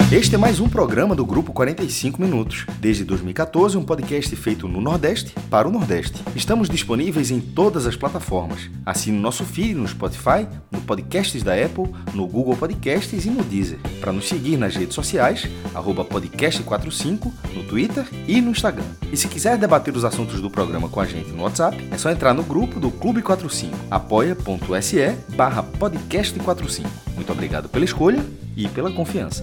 Este é mais um programa do Grupo 45 Minutos. Desde 2014, um podcast feito no Nordeste para o Nordeste. Estamos disponíveis em todas as plataformas. Assine o nosso feed no Spotify, no Podcasts da Apple, no Google Podcasts e no Deezer. Para nos seguir nas redes sociais, @podcast45, no Twitter e no Instagram. E se quiser debater os assuntos do programa com a gente no WhatsApp, é só entrar no grupo do Clube 45, apoia.se/podcast45. Muito obrigado pela escolha e pela confiança.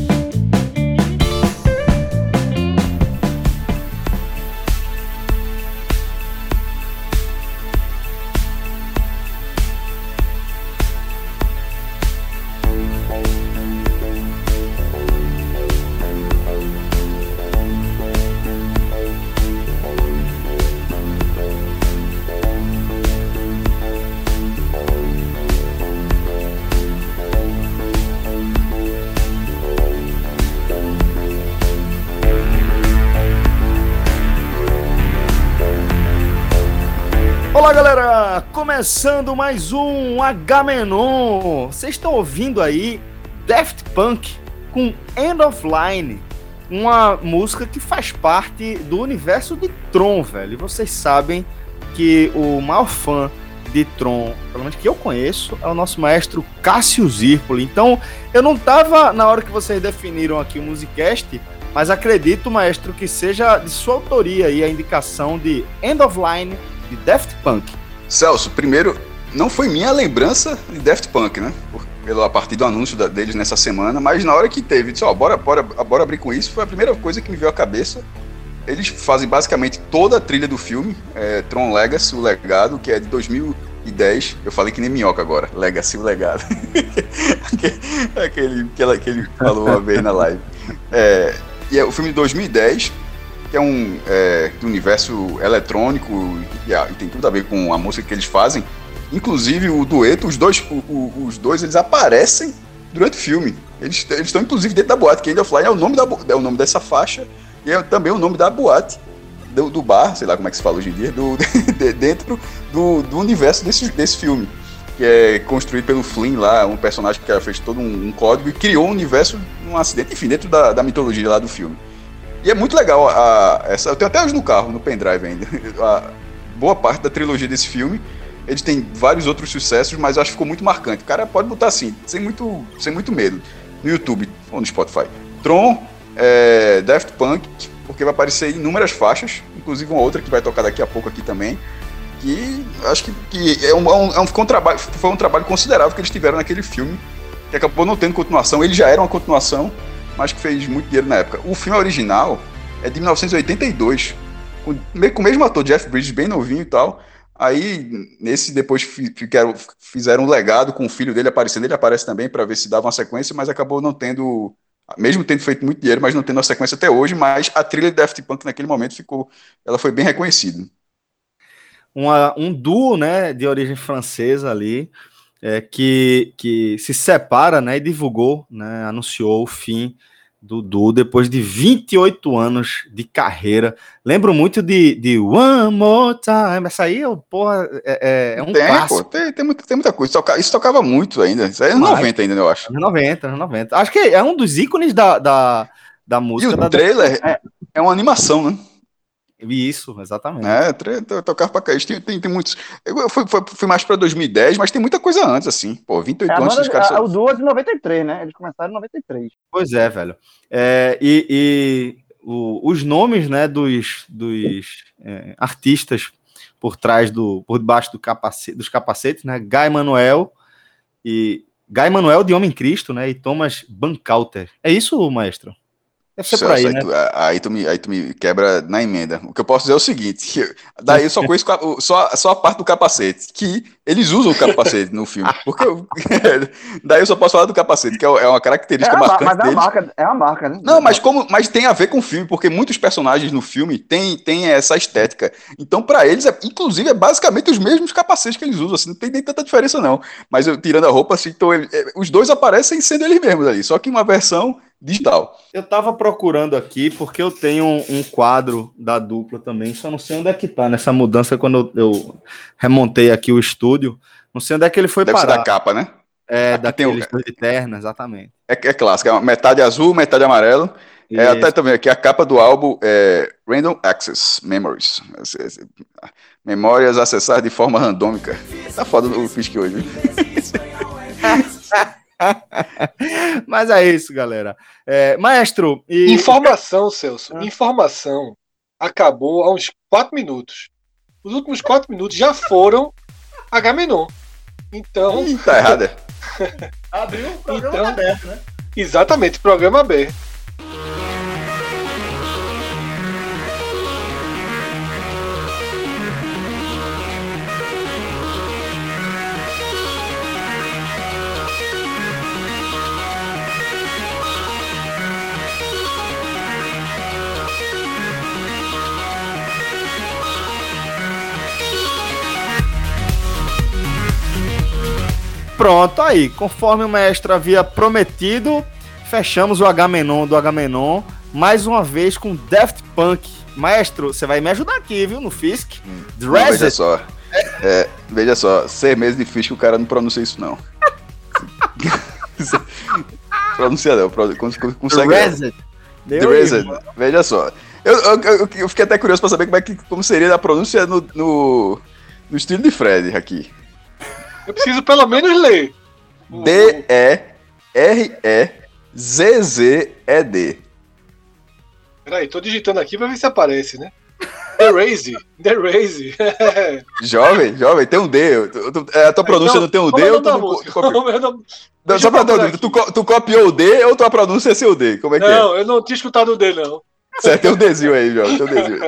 Olá galera, começando mais um Agamenon. Vocês estão ouvindo aí Daft Punk com End of Line, uma música que faz parte do universo de Tron, velho. E vocês sabem que o maior fã de Tron, pelo menos que eu conheço, é o nosso maestro Cássio Zirpoli. Então, eu não tava na hora que vocês definiram aqui o Musicast, mas acredito, maestro, que seja de sua autoria aí a indicação de End of Line de Daft Punk. Celso, primeiro, não foi minha lembrança de Daft Punk, né? A partir do anúncio deles nessa semana, mas na hora que teve, disse, bora abrir com isso, foi a primeira coisa que me veio à cabeça. Eles fazem basicamente toda a trilha do filme, Tron Legacy, o legado, que é de 2010. Eu falei que nem minhoca agora, Legacy, o legado. aquele que ele falou uma vez na live. E é o filme de 2010, que é do universo eletrônico e tem tudo a ver com a música que eles fazem. Inclusive o dueto, os dois eles aparecem durante o filme. Eles estão inclusive dentro da boate, que End of Line é o nome dessa faixa e é também o nome da boate, do bar, sei lá como é que se fala hoje em dia, dentro do universo desse filme, que é construído pelo Flynn lá, um personagem que fez todo um código e criou um universo, um acidente, enfim, dentro da mitologia lá do filme. E é muito legal, eu tenho até hoje no carro, no pendrive ainda, boa parte da trilogia desse filme. Ele tem vários outros sucessos, mas eu acho que ficou muito marcante. O cara pode botar assim, sem muito medo, no YouTube ou no Spotify. Tron, Daft Punk, porque vai aparecer inúmeras faixas, inclusive uma outra que vai tocar daqui a pouco aqui também, que acho que foi um trabalho considerável que eles tiveram naquele filme, que acabou não tendo continuação. Ele já era uma continuação, mas que fez muito dinheiro na época. O filme original é de 1982, com o mesmo ator, Jeff Bridges, bem novinho e tal. Aí, nesse, depois fizeram um legado com o filho dele aparecendo. Ele aparece também para ver se dava uma sequência, mas acabou não tendo, mesmo tendo feito muito dinheiro, mas não tendo uma sequência até hoje. Mas a trilha de Daft Punk naquele momento ela foi bem reconhecida. Um duo, né, de origem francesa ali, que se separa, né, e divulgou, né, anunciou o fim do duo depois de 28 anos de carreira. Lembro muito de One More Time. Essa aí, porra, é um clássico. Tem muita coisa. Isso tocava muito ainda. Isso é anos 90 ainda, eu acho. Anos 90. Acho que é um dos ícones da música. E o trailer é uma animação, né? Isso, exatamente. Tocava pra cá. Tem muitos. Eu fui mais pra 2010, mas tem muita coisa antes, assim. Pô, 28 anos. O duo é de 93, né? Eles começaram em 93. Pois é, velho. Os nomes, né, dos artistas por debaixo dos capacetes, né? Guy Manuel de Homem Cristo, né? E Thomas Bangalter. É isso, maestro? Deve ser por aí, né? Aí tu me quebra na emenda. O que eu posso dizer é o seguinte, daí eu só conheço só a parte do capacete, que eles usam o capacete no filme, porque daí eu só posso falar do capacete, que é uma característica marcante deles. É uma marca, né? Não, mas tem a ver com o filme, porque muitos personagens no filme têm essa estética. Então, pra eles, inclusive, é basicamente os mesmos capacetes que eles usam, assim, não tem nem tanta diferença, não. Mas tirando a roupa, assim, então, os dois aparecem sendo eles mesmos ali, só que uma versão digital. Eu tava procurando aqui porque eu tenho um quadro da dupla também, só não sei onde é que tá nessa mudança quando eu remontei aqui o estúdio, não sei onde é que ele foi Deve parar. Ser da capa, né? É, Aqui tem daqueles dois de terno, exatamente. É clássico, é metade azul, metade amarelo. Até também aqui a capa do álbum é Random Access Memories. Memórias acessadas de forma randômica. Tá foda o Fisk hoje, viu? Mas é isso, galera. Maestro, Informação, Celso. Informação acabou há uns 4 minutos. Os últimos 4 minutos já foram Agamenon. Então. Tá errado. Abriu o programa aberto, né? Exatamente, programa aberto. Pronto, aí, conforme o mestre havia prometido, fechamos o Agamenon do Agamenon, mais uma vez com Daft Punk. Maestro, você vai me ajudar aqui, viu, no Fisk. Não, veja só. Veja só, 6 meses de Fisk, o cara não pronuncia isso, não. Pronuncia não, consegue. Veja só. Eu fiquei até curioso pra saber como seria a pronúncia no estilo de Fred aqui. Eu preciso pelo menos ler. D-E-R-E-Z-Z-E-D. Peraí, tô digitando aqui pra ver se aparece, né? The Raze. Jovem, tem um D. A tua pronúncia então, não tem um D ou tu não copiou? Só pra ter dúvida, tu copiou o D ou tua pronúncia é seu D? Como é que Não, eu não tinha escutado o D, não. Certo, tem um Dzinho aí, Jovem, tem um Dzinho.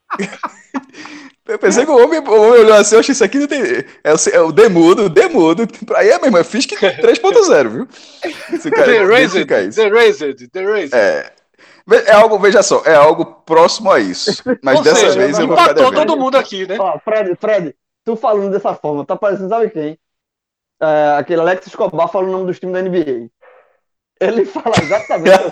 Eu pensei que o homem olhou assim, eu achei isso aqui não tem. É o Demudo. Aí é mesmo, é Fisk 3.0, viu? The Raised. É algo, veja só, é algo próximo a isso. Mas dessa vez eu vou ficar devendo. Todo mundo aqui, né? Ó, Fred, tu falando dessa forma, tá parecendo, sabe quem? Aquele Alex Escobar falando o nome dos times da NBA. Ele fala exatamente assim.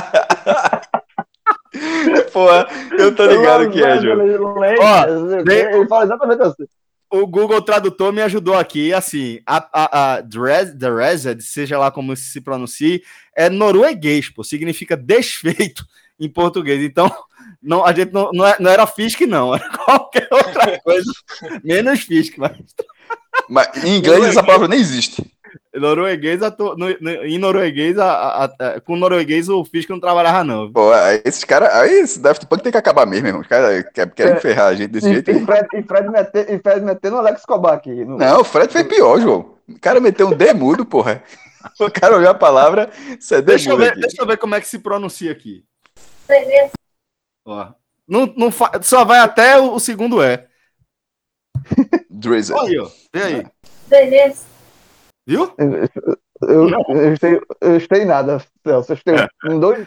Pô, eu tô ligado que é, João. Ele fala exatamente assim. O Google Tradutor me ajudou aqui, assim, The Reset, seja lá como se pronuncie, é norueguês, pô, significa desfeito em português, então a gente não era Fisk, não, era qualquer outra coisa, menos Fisk, mas em inglês essa palavra nem existe. Norueguês, em norueguês, com norueguês o Fisk não trabalhava, não. Pô, esses caras, aí esse Daft Punk tem que acabar mesmo, irmão. Os caras querem ferrar a gente desse jeito aí. E Fred metendo o Alex Escobar aqui. Não, o Fred foi pior, João. O cara meteu um demudo, porra. O cara olhou a palavra, isso é demudo. Deixa eu ver como é que se pronuncia aqui. Ó. Só vai até o segundo E. Drizzle. Olha aí, ó. Vê aí. Beleza. Viu? Eu sei nada, Celso. Eu tenho dois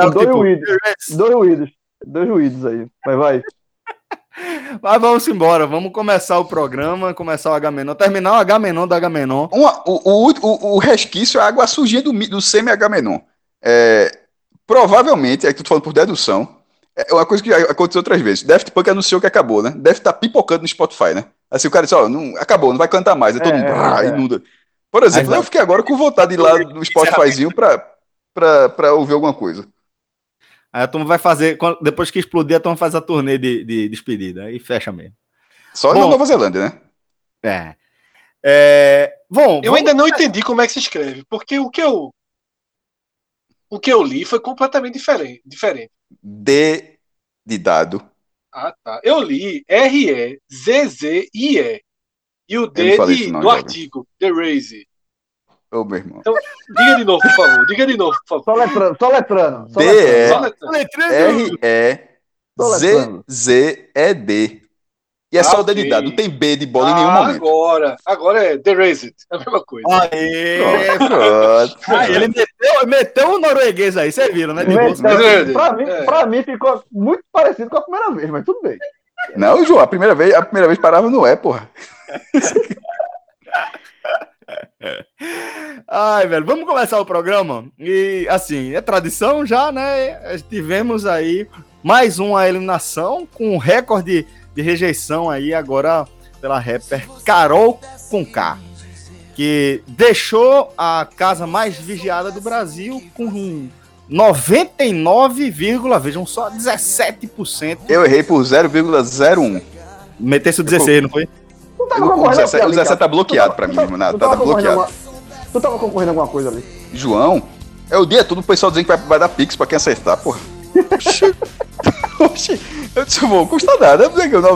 ruídos aí. Mas vai. Mas vamos embora, vamos começar o programa, começar o Agamenon, terminar o Agamenon do Agamenon. O resquício é a água surgindo do semi-Agamenon. Provavelmente, é que eu tô falando por dedução, é uma coisa que aconteceu outras vezes. Daft Punk anunciou que acabou, né? Deve estar pipocando no Spotify, né? Assim, o cara disse, não, acabou, não vai cantar mais. Aí todo mundo inunda. Por exemplo, eu fiquei agora com vontade de ir lá no Spotifyzinho pra ouvir alguma coisa. Aí a turma vai fazer, depois que explodir, a turma faz a turnê de despedida, aí fecha mesmo. Só na Nova Zelândia, né? Bom, eu ainda não entendi como é que se escreve, porque o que eu li foi completamente diferente. D de dado. Ah, tá. Eu li R-E-Z-Z-I-E. E o D do artigo, The Raze. Ô, meu irmão. Então, diga de novo, por favor. Só letrando. D-E-Z-Z-E-D. E é só o D de dado, não tem B de bola em nenhum momento. Agora é The Raze. É a mesma coisa. Pronto. Ele meteu o norueguês aí, vocês viram, né? Pra mim ficou muito parecido com a primeira vez, mas tudo bem. Não, João, a primeira vez parava no porra. Ai, velho, vamos começar o programa. E, assim, é tradição já, né? Tivemos aí mais uma eliminação com um recorde de rejeição aí agora pela rapper Carol Conká. que deixou a casa mais vigiada do Brasil com 99, vejam só, 17%. Eu errei por 0,01. Metesse o 16, não foi? Tu tava concorrendo O 17 tá bloqueado pra mim, mano. Tá bloqueado. Tu tava concorrendo a alguma coisa ali? João, é o dia todo o pessoal dizendo que vai dar Pix pra quem acertar, porra. Oxi, eu disse, não custa nada.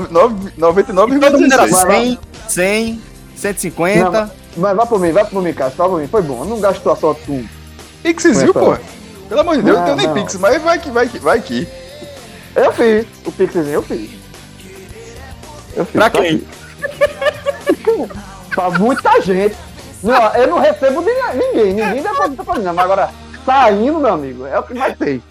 99,16. 100, 150. Não, mas vai por mim, Cássio. Vai por mim. Foi bom. Não gastou a sorte com. Pixzinho, porra. Pelo amor de Deus, não tenho nem Pix, mas vai que. Eu fiz. O Pixzinho eu fiz. Pra quem? Pra muita gente. Não, eu não recebo de ninguém. Ninguém deposita pra mim, não. Mas agora, saindo, meu amigo, é o que vai ter.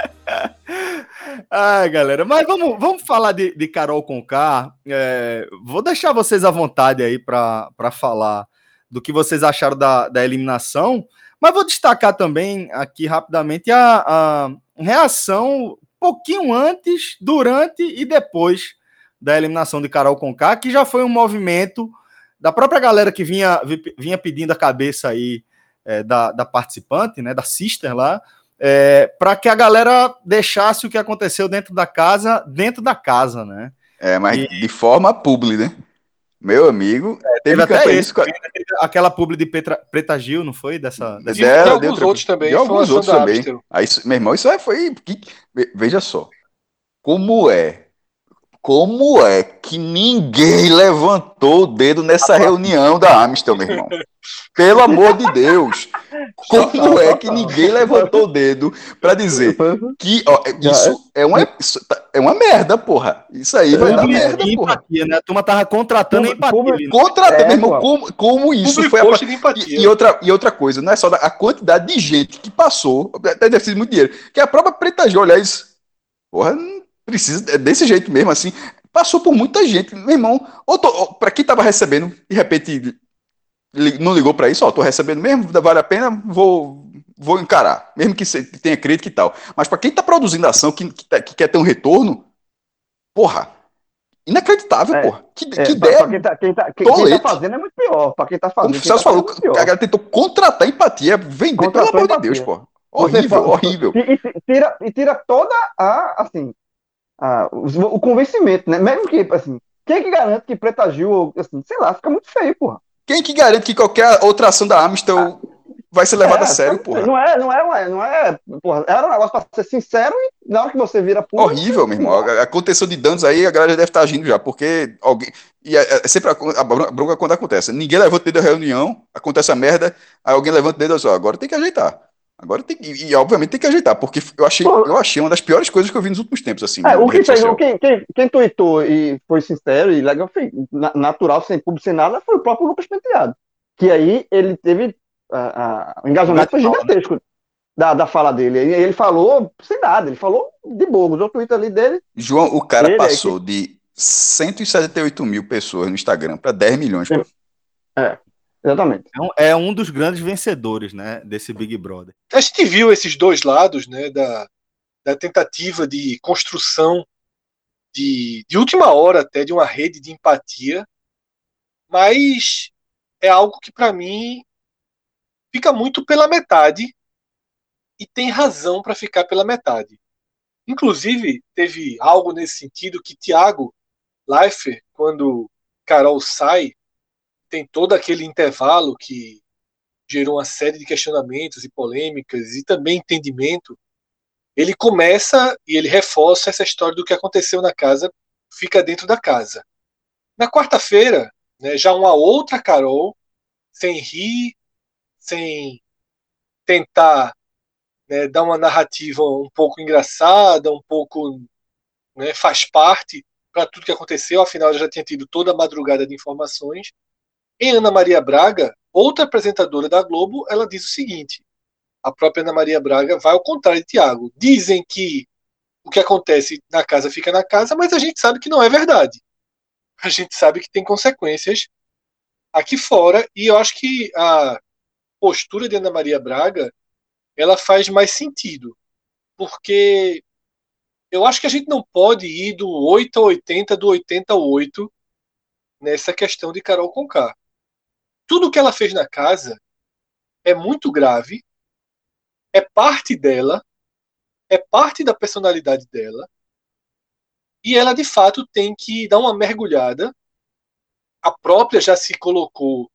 Ai, galera, mas vamos falar de Carol Conká. Vou deixar vocês à vontade aí para falar do que vocês acharam da eliminação, mas vou destacar também aqui rapidamente a reação um pouquinho antes, durante e depois da eliminação de Carol Conká, que já foi um movimento da própria galera que vinha pedindo a cabeça aí da participante, né, da sister lá, para que a galera deixasse o que aconteceu dentro da casa, né? Mas de forma pública, né? Meu amigo, teve até isso. Aquela publi de Preta Gil, não foi? De alguns outros também. De alguns outros também. Aí, meu irmão, isso aí foi... Veja só. Como é que ninguém levantou o dedo nessa reunião da Amistel, meu irmão? Pelo amor de Deus. Como é que ninguém levantou o dedo pra dizer que isso é uma merda, porra. Isso aí vai dar merda, porra. Empatia, né? A turma tava contratando empatia. Meu irmão, como isso foi e outra coisa, não é só a quantidade de gente que passou, até deve ser muito dinheiro, que a própria Preta Gil, olha isso, porra, não precisa, desse jeito mesmo, assim, passou por muita gente, meu irmão, pra quem tava recebendo, de repente não ligou pra isso, tô recebendo mesmo, vale a pena, vou encarar, mesmo que tenha crítica e tal. Mas pra quem tá produzindo ação, que quer ter um retorno, porra, inacreditável, porra. Que ideia. Quem tá fazendo é muito pior. Pra quem tá fazendo. Como o Celso falou, a galera tentou contratar empatia, vender, pelo amor de Deus, porra. Horrível. E tira toda o convencimento, né? Mesmo que, assim, quem é que garante que Preta Gil, assim, sei lá, fica muito feio, porra. Quem que garante que qualquer outra ação da Amistel vai ser levada a sério, porra? Não é, porra, era um negócio pra ser sincero e na hora que você vira público... Horrível, meu irmão. Aconteceu de danos aí, a galera já deve estar agindo já, porque alguém... E é sempre a bronca quando acontece. Ninguém levanta o dedo da reunião, acontece a merda, aí alguém levanta o dedo e agora tem que ajeitar. Agora tem que... E obviamente tem que ajeitar, porque eu achei uma das piores coisas que eu vi nos últimos tempos, assim. Quem tweetou e foi sincero e legal, foi natural, sem público, sem nada, foi o próprio Lucas Penteado. Que aí ele teve... o engajamento foi gigantesco da fala dele. Ele falou sem nada, ele falou de boa. Usou o Twitter ali dele. João, o cara passou de 178 mil pessoas no Instagram para 10 milhões. Exatamente. É um dos grandes vencedores, né, desse Big Brother. A gente viu esses dois lados, né, da tentativa de construção de última hora até de uma rede de empatia, mas é algo que para mim fica muito pela metade e tem razão para ficar pela metade. Inclusive, teve algo nesse sentido que Thiago Leifert, quando Carol sai, tem todo aquele intervalo que gerou uma série de questionamentos e polêmicas e também entendimento. Ele começa e ele reforça essa história do que aconteceu na casa, fica dentro da casa. Na quarta-feira, né, já uma outra Carol, sem rir, sem tentar, né, dar uma narrativa um pouco engraçada, um pouco, né, faz parte para tudo que aconteceu, afinal ela já tinha tido toda a madrugada de informações. Em Ana Maria Braga, outra apresentadora da Globo, ela diz o seguinte, a própria Ana Maria Braga vai ao contrário de Thiago. Dizem que o que acontece na casa fica na casa, mas a gente sabe que não é verdade. A gente sabe que tem consequências aqui fora, e eu acho que a postura de Ana Maria Braga ela faz mais sentido, porque eu acho que a gente não pode ir do 8 a 80, do 80 a 8 nessa questão de Carol Conká. tudo que ela fez na casa é muito grave, é parte dela, é parte da personalidade dela, e ela de fato tem que dar uma mergulhada. A própria já se colocou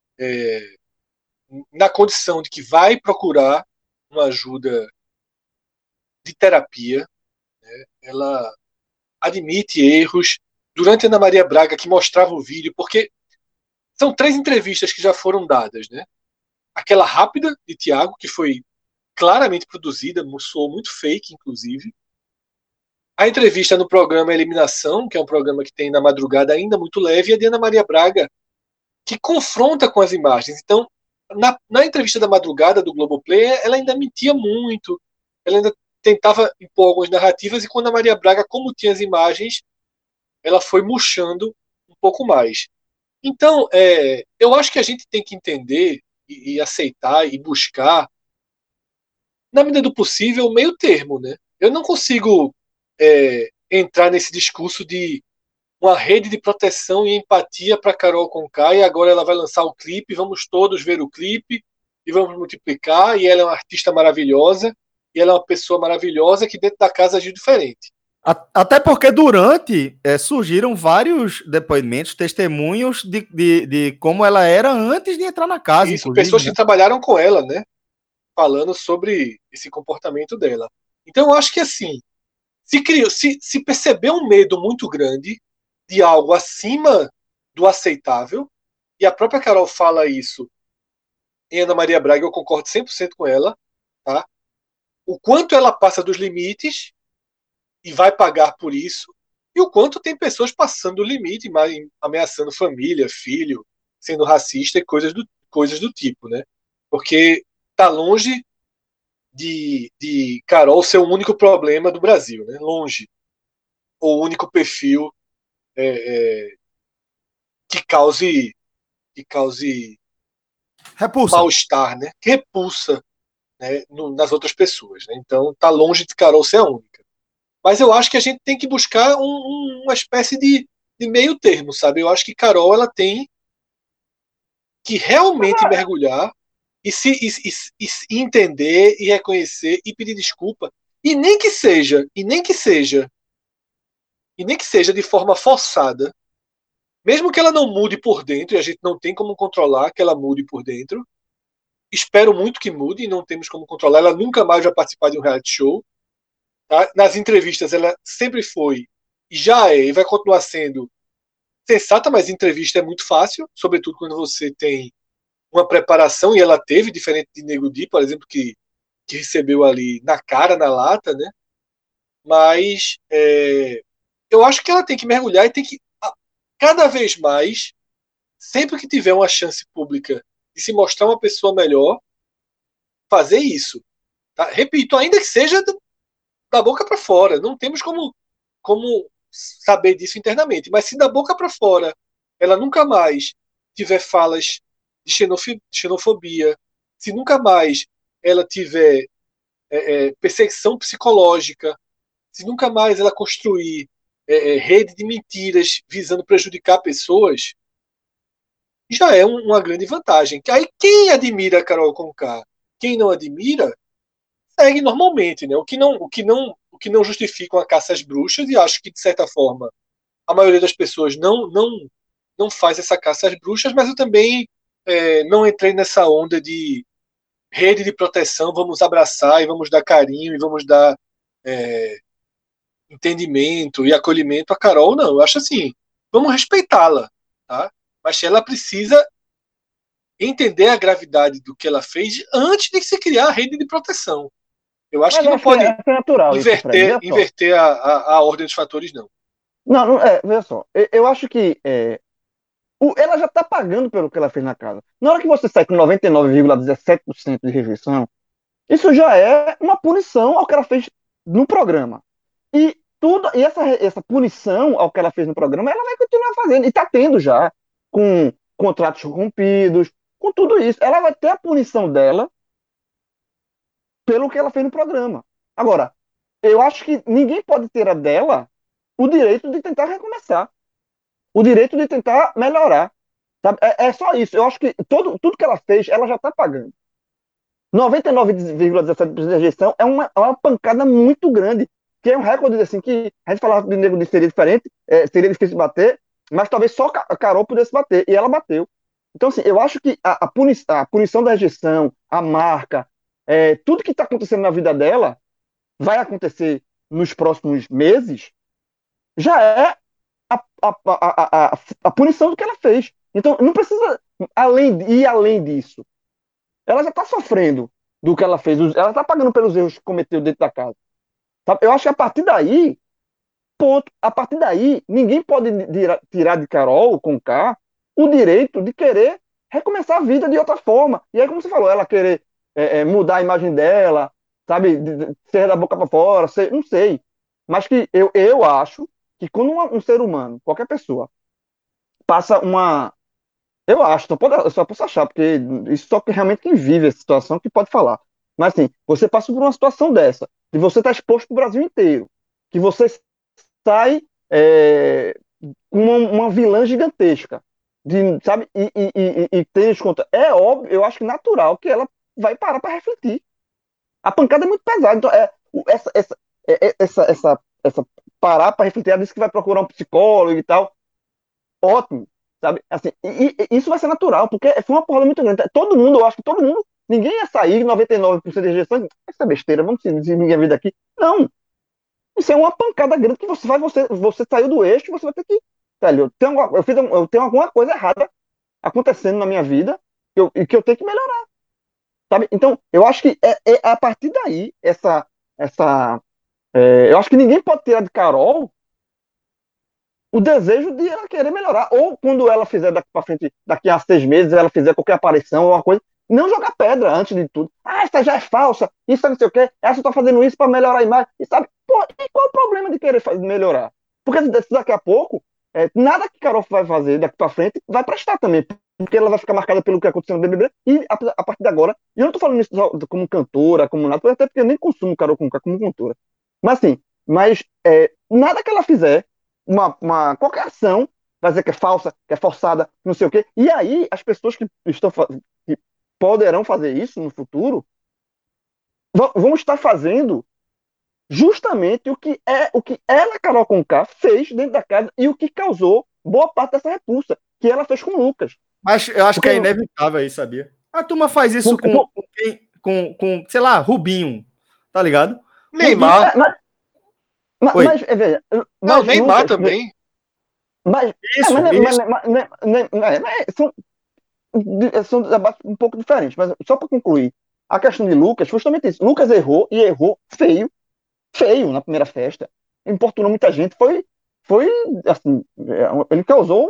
na condição de que vai procurar uma ajuda de terapia. Ela admite erros. Durante a Ana Maria Braga, que mostrava o vídeo, porque são 3 entrevistas que já foram dadas, né? Aquela rápida de Tiago, que foi claramente produzida, soou muito fake, inclusive. A entrevista no programa Eliminação, que é um programa que tem na madrugada ainda muito leve, e a de Ana Maria Braga, que confronta com as imagens. Então, na entrevista da madrugada do Globoplay, ela ainda mentia muito, ela ainda tentava impor algumas narrativas, e quando a Maria Braga, como tinha as imagens, ela foi murchando um pouco mais. Então, eu acho que a gente tem que entender e aceitar e buscar, na medida do possível, o meio termo, né? Eu não consigo entrar nesse discurso de uma rede de proteção e empatia para Carol Conká, e agora ela vai lançar o clipe, vamos todos ver o clipe e vamos multiplicar, e ela é uma artista maravilhosa, e ela é uma pessoa maravilhosa que dentro da casa agiu diferente. Até porque durante surgiram vários depoimentos, testemunhos de como ela era antes de entrar na casa. Isso, pessoas que trabalharam com ela, né? Falando sobre esse comportamento dela. Então eu acho que assim, se percebeu um medo muito grande de algo acima do aceitável, e a própria Carol fala isso em Ana Maria Braga, eu concordo 100% com ela, tá? O quanto ela passa dos limites e vai pagar por isso, e o quanto tem pessoas passando o limite, ameaçando família, filho, sendo racista e coisas do tipo, né? Porque tá longe de Carol ser o único problema do Brasil, né? Longe. O único perfil que cause repulsa. mal-estar, né? Que repulsa, né, nas outras pessoas. Né? Então tá longe de Carol ser a única. Mas eu acho que a gente tem que buscar uma espécie de meio termo, sabe? Eu acho que Carol ela tem que realmente mergulhar e entender e reconhecer e pedir desculpa. E nem que seja de forma forçada, mesmo que ela não mude por dentro, e a gente não tem como controlar que ela mude por dentro. Espero muito que mude, e não temos como controlar. Ela nunca mais vai participar de um reality show. Tá? Nas entrevistas, ela sempre foi, e já é, e vai continuar sendo sensata, mas entrevista é muito fácil, sobretudo quando você tem uma preparação, e ela teve, diferente de Nego Di, por exemplo, que recebeu ali na cara, na lata, né? Mas eu acho que ela tem que mergulhar e tem que, cada vez mais, sempre que tiver uma chance pública de se mostrar uma pessoa melhor, fazer isso. Tá? Repito, ainda que seja da boca para fora. Não temos como saber disso internamente. Mas se da boca para fora ela nunca mais tiver falas de xenofobia, se nunca mais ela tiver perseguição psicológica, se nunca mais ela construir rede de mentiras visando prejudicar pessoas, já é uma grande vantagem. Aí quem admira a Carol Conká, quem não admira, segue normalmente, né? O que não justifica uma caça às bruxas, e acho que, de certa forma, a maioria das pessoas não faz essa caça às bruxas, mas eu também não entrei nessa onda de rede de proteção, vamos abraçar e vamos dar carinho e vamos dar entendimento e acolhimento a Carol, não. Eu acho assim, vamos respeitá-la, tá? Mas ela precisa entender a gravidade do que ela fez antes de se criar a rede de proteção. Eu acho Mas que eu não acho que pode é natural isso, Fred. inverter a ordem dos fatores, não. Não, veja só. Eu acho que ela já está pagando pelo que ela fez na casa. Na hora que você sai com 99,17% de rejeição, isso já é uma punição ao que ela fez no programa. E essa punição ao que ela fez no programa, ela vai continuar fazendo. E está tendo já, com contratos corrompidos, com tudo isso. Ela vai ter a punição dela pelo que ela fez no programa. Agora, eu acho que ninguém pode tirar dela o direito de tentar recomeçar, o direito de tentar melhorar. Sabe? É só isso. Eu acho que tudo que ela fez, ela já está pagando. 99,17% de rejeição é uma pancada muito grande, que é um recorde assim, que a gente falava de nego de seria diferente, seria difícil bater, mas talvez só a Carol pudesse bater, e ela bateu. Então, assim, eu acho que a punição da rejeição, a marca, tudo que está acontecendo na vida dela, vai acontecer nos próximos meses, já é a punição do que ela fez. Então, não precisa ir além disso. Ela já está sofrendo do que ela fez, ela está pagando pelos erros que cometeu dentro da casa. Sabe? Eu acho que a partir daí, ponto, a partir daí, ninguém pode tirar de Carol, com K, o direito de querer recomeçar a vida de outra forma. E aí, como você falou, ela querer mudar a imagem dela, sabe, ser da boca para fora, não sei. Mas que eu acho que quando um ser humano, qualquer pessoa, passa uma. Eu acho, eu só posso achar, porque isso só que realmente quem vive essa situação que pode falar. Mas assim, você passa por uma situação dessa, e você está exposto para o Brasil inteiro, que você sai com uma vilã gigantesca, sabe? E tem em conta. É óbvio, eu acho que natural que ela vai parar para refletir. A pancada é muito pesada. Então, essa parar para refletir, ela disse que vai procurar um psicólogo e tal. Ótimo, sabe? Assim, isso vai ser natural, porque foi uma porrada muito grande. Todo mundo, eu acho que todo mundo, ninguém ia sair 99% de rejeição. Essa besteira, vamos seguir minha vida aqui. Não. Isso é uma pancada grande que você saiu do eixo, você vai ter que. Velho, eu tenho alguma coisa errada acontecendo na minha vida que eu tenho que melhorar. Sabe? Então, eu acho que a partir daí, eu acho que ninguém pode tirar de Carol o desejo de ela querer melhorar. Ou quando ela fizer daqui para frente, daqui a 6 meses, ela fizer qualquer aparição ou uma coisa, não jogar pedra antes de tudo. Ah, essa já é falsa, isso não sei o quê, essa tá fazendo isso para melhorar a imagem. E sabe, pô, e qual o problema de querer melhorar? Porque daqui a pouco, nada que Carol vai fazer daqui para frente vai prestar também. Porque ela vai ficar marcada pelo que aconteceu no BBB. E a partir de agora, e eu não tô falando isso só como cantora, como nada, até porque eu nem consumo Carol Conká como cantora. Mas assim, nada que ela fizer qualquer ação, vai dizer que é falsa, que é forçada, não sei o quê. E aí, as pessoas que poderão fazer isso no futuro vão estar fazendo justamente o que ela, Carol Conká, fez dentro da casa e o que causou boa parte dessa repulsa, que ela fez com o Lucas. Mas eu acho que é inevitável aí, sabia? A turma faz isso com sei lá, Rubinho, tá ligado? Neymar. Mas veja. Não, Neymar também. São debates um pouco diferentes, mas só para concluir, a questão de Lucas foi justamente isso. Lucas errou e errou feio, feio na primeira festa. Importunou muita gente. Foi assim, ele causou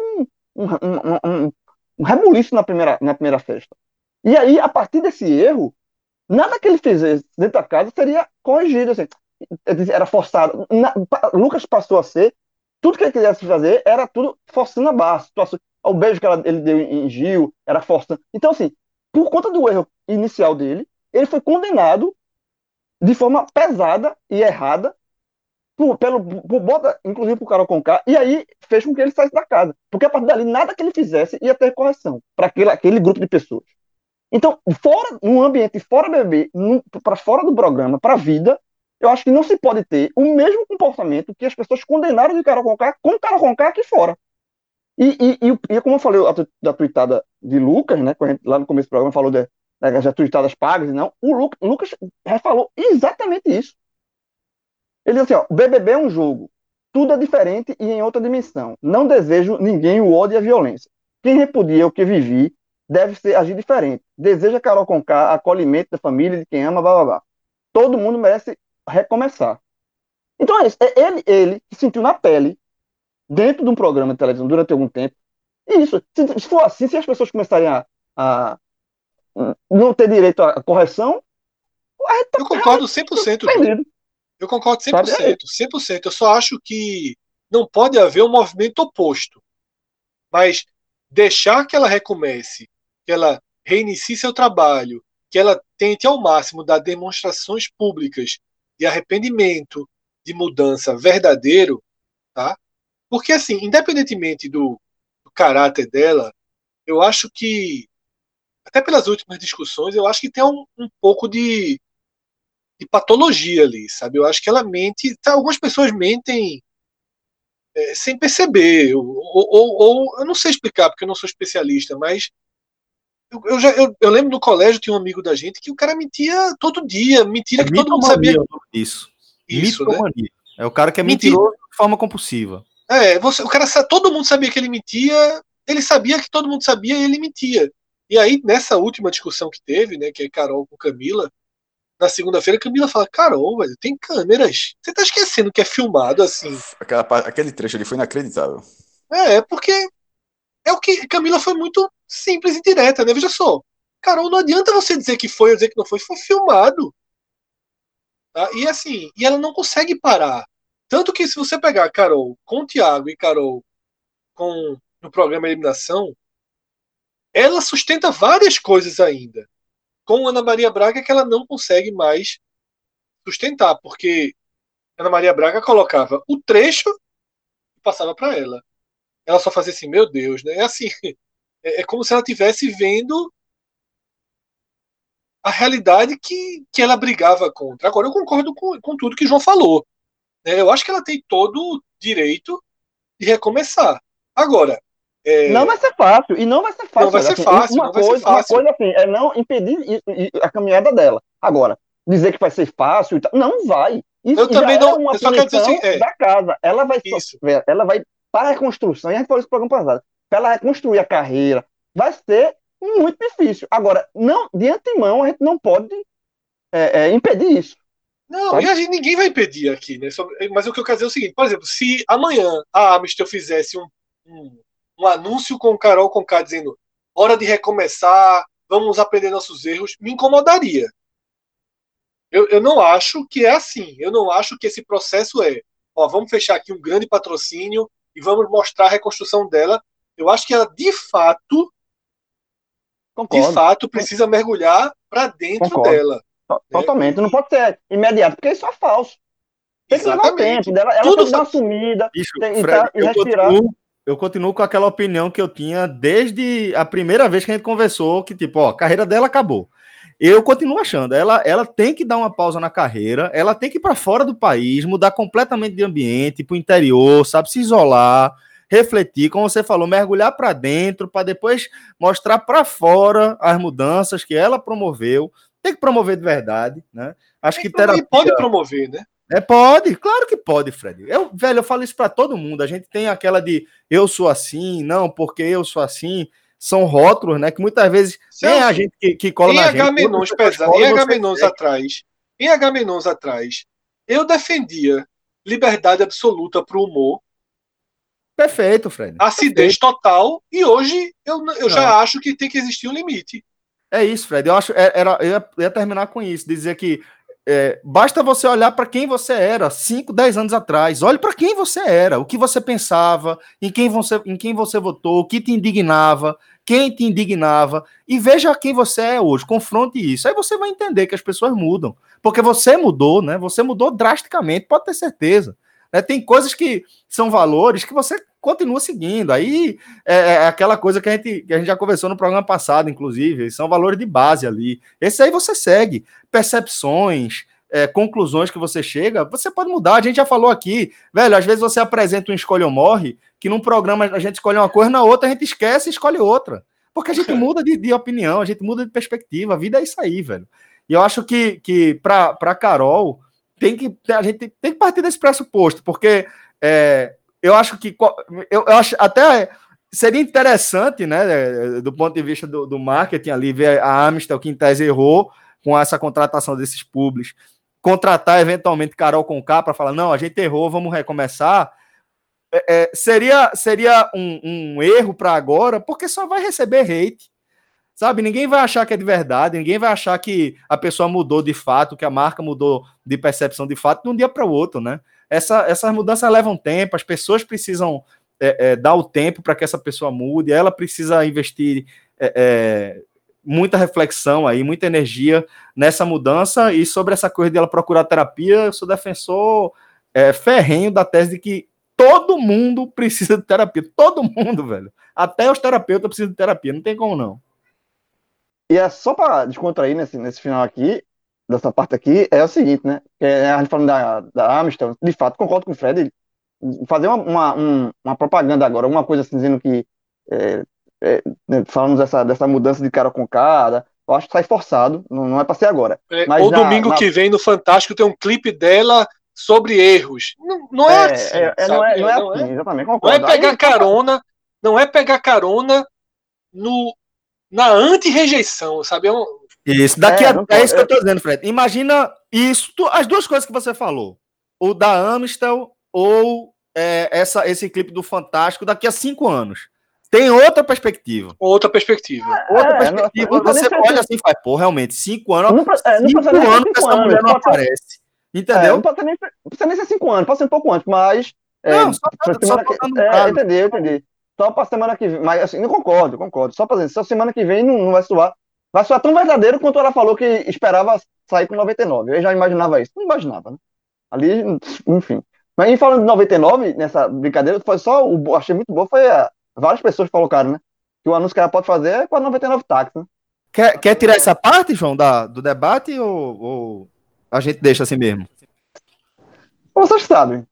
um rebuliço na primeira festa. E aí, a partir desse erro, nada que ele fizesse dentro da casa seria corrigido. Assim, era forçado. Lucas passou a ser. Tudo que ele quisesse fazer era tudo forçando a barra. O beijo que ele deu em Gil era forçando. Então, assim, por conta do erro inicial dele, ele foi condenado de forma pesada e errada, inclusive por Carol Conká, e aí fez com que ele saísse da casa. Porque a partir dali, nada que ele fizesse ia ter correção para aquele grupo de pessoas. Então, num ambiente fora do BBB, para fora do programa, para a vida, eu acho que não se pode ter o mesmo comportamento que as pessoas condenaram de Carol Conká com Carol Conká aqui fora. E como eu falei da tuitada de Lucas, né, lá no começo do programa falou das tuitadas pagas, e não, o Lucas falou exatamente isso. Ele disse assim, ó, o BBB é um jogo, tudo é diferente e em outra dimensão. Não desejo ninguém o ódio e a violência. Quem repudia o que vivi deve agir diferente. Deseja Carol Conká acolhimento da família, de quem ama, blá, blá, blá. Todo mundo merece recomeçar. Então é isso. É ele que sentiu na pele, dentro de um programa de televisão durante algum tempo. E isso, se for assim, se as pessoas começarem a não ter direito à correção, eu concordo 100%. Eu concordo 100%. 100%. Eu só acho que não pode haver um movimento oposto. Mas deixar que ela recomece, que ela reinicie seu trabalho, que ela tente ao máximo dar demonstrações públicas de arrependimento, de mudança verdadeiro, tá? Porque, assim, independentemente do caráter dela, eu acho que, até pelas últimas discussões, eu acho que tem um pouco de patologia ali, sabe? Eu acho que ela mente. Tá, algumas pessoas mentem sem perceber, ou eu não sei explicar, porque eu não sou especialista, mas eu lembro no colégio, tinha um amigo da gente que o cara mentia todo dia, mentira que todo mundo sabia. Isso. Isso, né? Mitomania. É o cara que é Mentira. mentiroso de forma compulsiva. O cara, todo mundo sabia que ele mentia, ele sabia que todo mundo sabia e ele mentia. E aí, nessa última discussão que teve, né, que é Carol com Camila, na segunda-feira, Camila fala: Carol, velho, tem câmeras. Você tá esquecendo que é filmado assim? Aquele trecho ali foi inacreditável. Porque é o que Camila foi muito simples e direta, né? Veja só. Carol, não adianta você dizer que foi ou dizer que não foi, foi filmado. Tá? E assim, e ela não consegue parar. Tanto que se você pegar Carol com o Thiago e Carol com no programa Eliminação, ela sustenta várias coisas ainda. Com Ana Maria Braga é que ela não consegue mais sustentar, porque Ana Maria Braga colocava o trecho e passava para ela. Ela só fazia assim, meu Deus, né? É assim, é como se ela estivesse vendo a realidade que ela brigava contra. Agora, eu concordo com tudo que o João falou. Né? Eu acho que ela tem todo o direito de recomeçar. Agora, Não vai ser fácil, e não vai ser fácil. não vai ser Assim, fácil, uma não vai ser coisa, fácil. assim, é não impedir a caminhada dela. Agora, dizer que vai ser fácil, não vai. Isso Eu também já é não. uma Eu só quero dizer punição assim, da casa. Ela vai isso. sofrer, ela vai, para a reconstrução, e a gente falou isso no programa passado, para ela reconstruir a carreira, vai ser muito difícil. Agora, não, de antemão, a gente não pode impedir isso. Não, Sabe? e ninguém vai impedir aqui, né? Mas o que eu quero dizer é o seguinte, por exemplo, se amanhã a Amistel fizesse um anúncio com Carol Conká dizendo hora de recomeçar, vamos aprender nossos erros, me incomodaria. Eu não acho que é assim. Eu não acho que esse processo vamos fechar aqui um grande patrocínio e vamos mostrar a reconstrução dela. Eu acho que ela, Concordo. precisa mergulhar para dentro Concordo. dela. Né? Totalmente. Não pode ser imediato, porque isso é falso. Tem que levar um tempo Exatamente. dela. Ela tem que dar uma sumida Bicho, e Fred, respirar. eu continuo com aquela opinião que eu tinha desde a primeira vez que a gente conversou, que tipo, ó, a carreira dela acabou. Eu continuo achando, ela tem que dar uma pausa na carreira, ela tem que ir para fora do país, mudar completamente de ambiente, para o interior, sabe, se isolar, refletir, como você falou, mergulhar para dentro, para depois mostrar para fora as mudanças que ela promoveu. Tem que promover de verdade, né? Acho que terapia... pode promover, né? Pode, claro que pode, Fred. Eu falo isso para todo mundo. A gente tem aquela de eu sou assim, não, porque eu sou assim. São rótulos, né? Que muitas vezes nem é a gente que cola na gente. Em H-Menos atrás, eu defendia liberdade absoluta para o humor. Perfeito, Fred. Acidez total. E hoje eu já acho que tem que existir um limite. É isso, Fred. Eu acho eu ia terminar com isso, dizer que basta você olhar para quem você era 5, 10 anos atrás. Olhe para quem você era, o que você pensava, em quem você votou, o que te indignava, quem te indignava, e veja quem você é hoje. Confronte isso. Aí você vai entender que as pessoas mudam. Porque você mudou, né? Você mudou drasticamente, pode ter certeza. Tem coisas que são valores que você continua seguindo. Aí é aquela coisa que a gente já conversou no programa passado, inclusive. São valores de base ali. Esse aí você segue. Percepções, conclusões que você chega, você pode mudar. A gente já falou aqui, velho, às vezes você apresenta um escolha ou morre, que num programa a gente escolhe uma coisa, na outra a gente esquece e escolhe outra. Porque a gente muda de opinião, a gente muda de perspectiva. A vida é isso aí, velho. E eu acho que para Carol, a gente tem que partir desse pressuposto, porque eu acho que eu acho até seria interessante, né, do ponto de vista do marketing ali, ver a Amistel, que em tese errou com essa contratação desses públicos, contratar eventualmente Carol Conká para falar, não, a gente errou, vamos recomeçar. Seria um erro para agora, porque só vai receber hate. Sabe, ninguém vai achar que é de verdade, ninguém vai achar que a pessoa mudou de fato, que a marca mudou de percepção de fato de um dia para o outro, né? Essas mudanças levam tempo, as pessoas precisam dar o tempo para que essa pessoa mude, ela precisa investir muita reflexão aí, muita energia nessa mudança. E sobre essa coisa de ela procurar terapia, eu sou defensor ferrenho da tese de que todo mundo precisa de terapia. Todo mundo, velho. Até os terapeutas precisam de terapia. Não tem como não. E é só para descontrair nesse final aqui, dessa parte aqui, é o seguinte, né? A gente falando da Amstel, de fato, concordo com o Fred, fazer uma propaganda agora, uma coisa assim, dizendo que falamos dessa mudança de cara com cara, eu acho que sai forçado, não é para ser agora. Mas ou domingo que vem no Fantástico tem um clipe dela sobre erros. Não é assim, não é não assim, exatamente, não concordo. é pegar carona, não é pegar carona na anti-rejeição, sabe? Isso, é isso que eu tô dizendo, Fred. Imagina isso, as duas coisas que você falou. O da Amstel ou esse clipe do Fantástico daqui a 5 anos. Tem outra perspectiva. Outra perspectiva. Você olha assim e faz, pô, realmente, 5 anos. Não precisa nem ser 5 anos que essa mulher não aparece. Entendeu? Não precisa nem ser 5 anos, pode ser um pouco antes, mas. Entendi. Só pra semana que vem. Mas assim, não concordo. Só pra dizer, só semana que vem não vai soar. Vai soar tão verdadeiro quanto ela falou que esperava sair com 99. Eu já imaginava isso. Não imaginava, né? Ali, enfim. Mas falando de 99, nessa brincadeira, foi só. Achei muito bom, foi várias pessoas colocaram, né? Que o anúncio que ela pode fazer é com a 99 táxi, né? Quer tirar essa parte, João, do debate ou a gente deixa assim mesmo? Vocês sabem.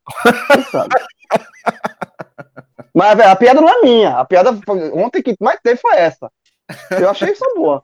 Mas a piada não é minha. A piada ontem que mais teve foi essa. Eu achei isso boa.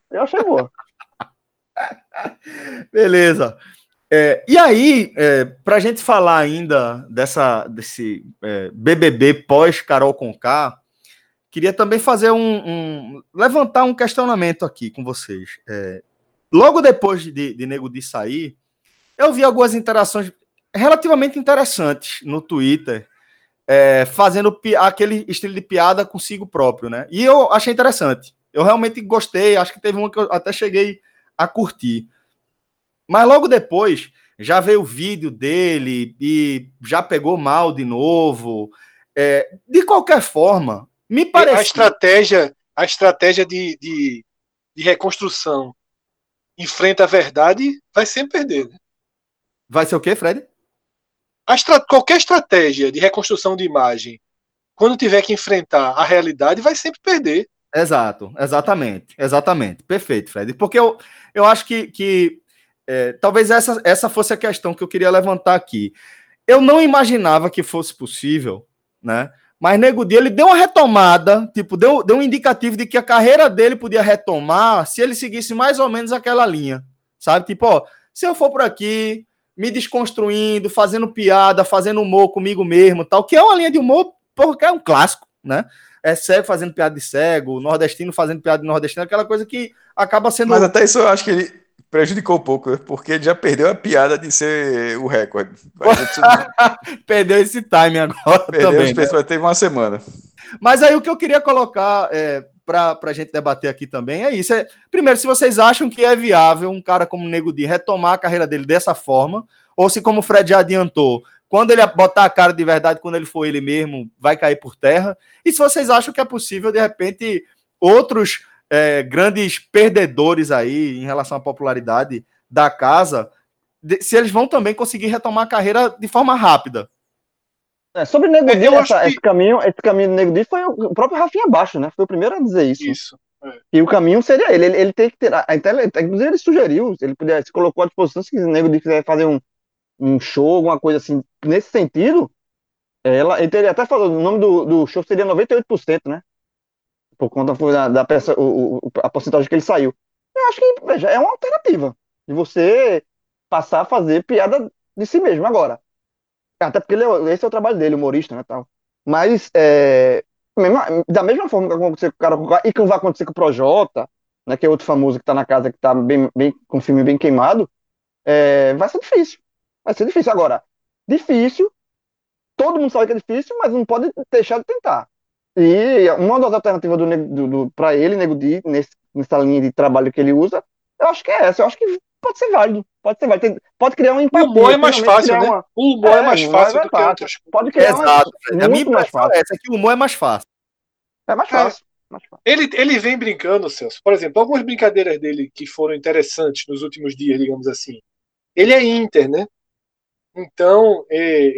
Beleza. E aí, pra gente falar ainda desse BBB pós-Carol Conká, queria também fazer levantar um questionamento aqui com vocês. Logo depois de Nego Di sair, eu vi algumas interações relativamente interessantes no Twitter, fazendo aquele estilo de piada consigo próprio, né? E eu achei interessante. Eu realmente gostei, acho que teve uma que eu até cheguei a curtir. Mas logo depois, já veio o vídeo dele e já pegou mal de novo. De qualquer forma, me parece... A estratégia de reconstrução enfrenta a verdade, vai sempre perder, né? Vai ser o quê, Fred? Qualquer estratégia de reconstrução de imagem, quando tiver que enfrentar a realidade, vai sempre perder. Exatamente. Perfeito, Fred. Porque eu acho que talvez essa fosse a questão que eu queria levantar aqui. Eu não imaginava que fosse possível, né? Mas Nego Di, ele deu uma retomada, tipo, deu um indicativo de que a carreira dele podia retomar se ele seguisse mais ou menos aquela linha, sabe? Tipo, ó, se eu for por aqui, me desconstruindo, fazendo piada, fazendo humor comigo mesmo, tal, que é uma linha de humor, porque é um clássico, né? Cego fazendo piada de cego, nordestino fazendo piada de nordestino, aquela coisa que acaba sendo... Mas até isso eu acho que ele prejudicou um pouco, porque ele já perdeu a piada de ser o recorde. Perdeu esse time agora também. Né? Teve uma semana. Mas aí o que eu queria colocar para a gente debater aqui também é isso. Primeiro, se vocês acham que é viável um cara como o Nego Di retomar a carreira dele dessa forma, ou se, como o Fred já adiantou, quando ele botar a cara de verdade, quando ele for ele mesmo, vai cair por terra. E se vocês acham que é possível, de repente, outros grandes perdedores aí em relação à popularidade da casa, se eles vão também conseguir retomar a carreira de forma rápida. Sobre o Nego Di, esse caminho do Nego Di foi o próprio Rafinha Baixo, né? Foi o primeiro a dizer isso. E o caminho seria ele. Ele tem que ter. Inclusive, ele sugeriu, ele se colocou à disposição, se o Nego Di quiser fazer um show, alguma coisa assim, nesse sentido. Ele até falou, o nome do show seria 98%, né? Por conta a porcentagem que ele saiu. Eu acho que, veja, é uma alternativa de você passar a fazer piada de si mesmo agora. Até porque esse é o trabalho dele, humorista, né, tal. Mas, da mesma forma que aconteceu com o cara, e que vai acontecer com o Projota, né, que é outro famoso que tá na casa, que tá com o filme bem queimado, vai ser difícil. Agora, difícil, todo mundo sabe que é difícil, mas não pode deixar de tentar. E uma das alternativas para ele, Nego Di, nessa linha de trabalho que ele usa, eu acho que é essa. Eu acho que pode ser válido. Pode criar uma empatia. O humor é mais fácil, né? O humor é mais fácil do que outras. Pode criar Exato. A minha impressão é essa, que o humor é mais fácil. É mais fácil. Ele vem brincando, Celso. Por exemplo, algumas brincadeiras dele que foram interessantes nos últimos dias, digamos assim. Ele é Inter, né? Então, ele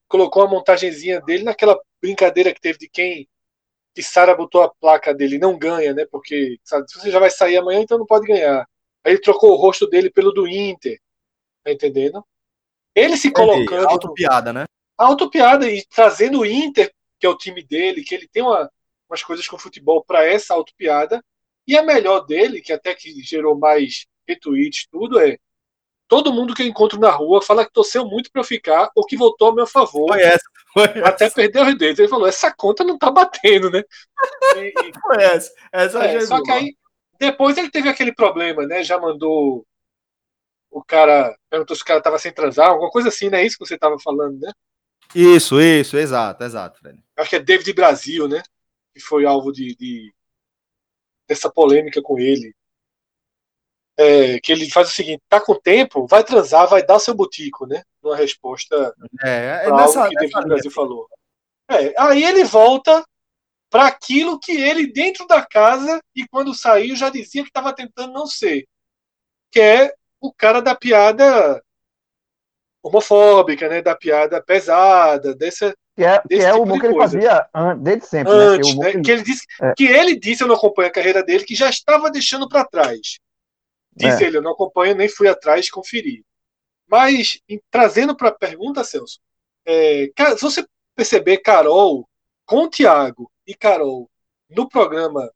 colocou uma montagenzinha dele naquela brincadeira que teve de quem que Sara botou a placa dele não ganha, né? Porque sabe, você já vai sair amanhã, então não pode ganhar. Aí ele trocou o rosto dele pelo do Inter, tá entendendo? Ele se colocando Autopiada, né? autopiada e trazendo o Inter, que é o time dele, que ele tem umas coisas com futebol para essa autopiada. E a melhor dele, que até que gerou mais retweets, tudo é todo mundo que eu encontro na rua fala que torceu muito para eu ficar ou que votou a meu favor. Foi até essa. perder os dedos. Ele falou: essa conta não tá batendo, né? Foi essa. Só que aí, depois ele teve aquele problema, né? Já mandou o cara, perguntou se o cara tava sem transar, alguma coisa assim, né? Isso que você tava falando, né? Isso, exato, Fred. Acho que é David Brasil, né? Que foi alvo dessa polêmica com ele. Que ele faz o seguinte: tá com tempo, vai transar, vai dar seu botico, né? Numa resposta para algo que David Brasil falou. Aí ele volta para aquilo que ele, dentro da casa, e quando saiu, já dizia que estava tentando não ser. Que é o cara da piada homofóbica, né? Da piada pesada, desse é o tipo humor de que ele coisa. fazia desde sempre. Antes, né? Que ele disse, eu não acompanho a carreira dele, que já estava deixando para trás. Disse ele, eu não acompanho, nem fui atrás conferir. Mas, trazendo para a pergunta, Celso, se você perceber Carol com o Thiago e Carol no programa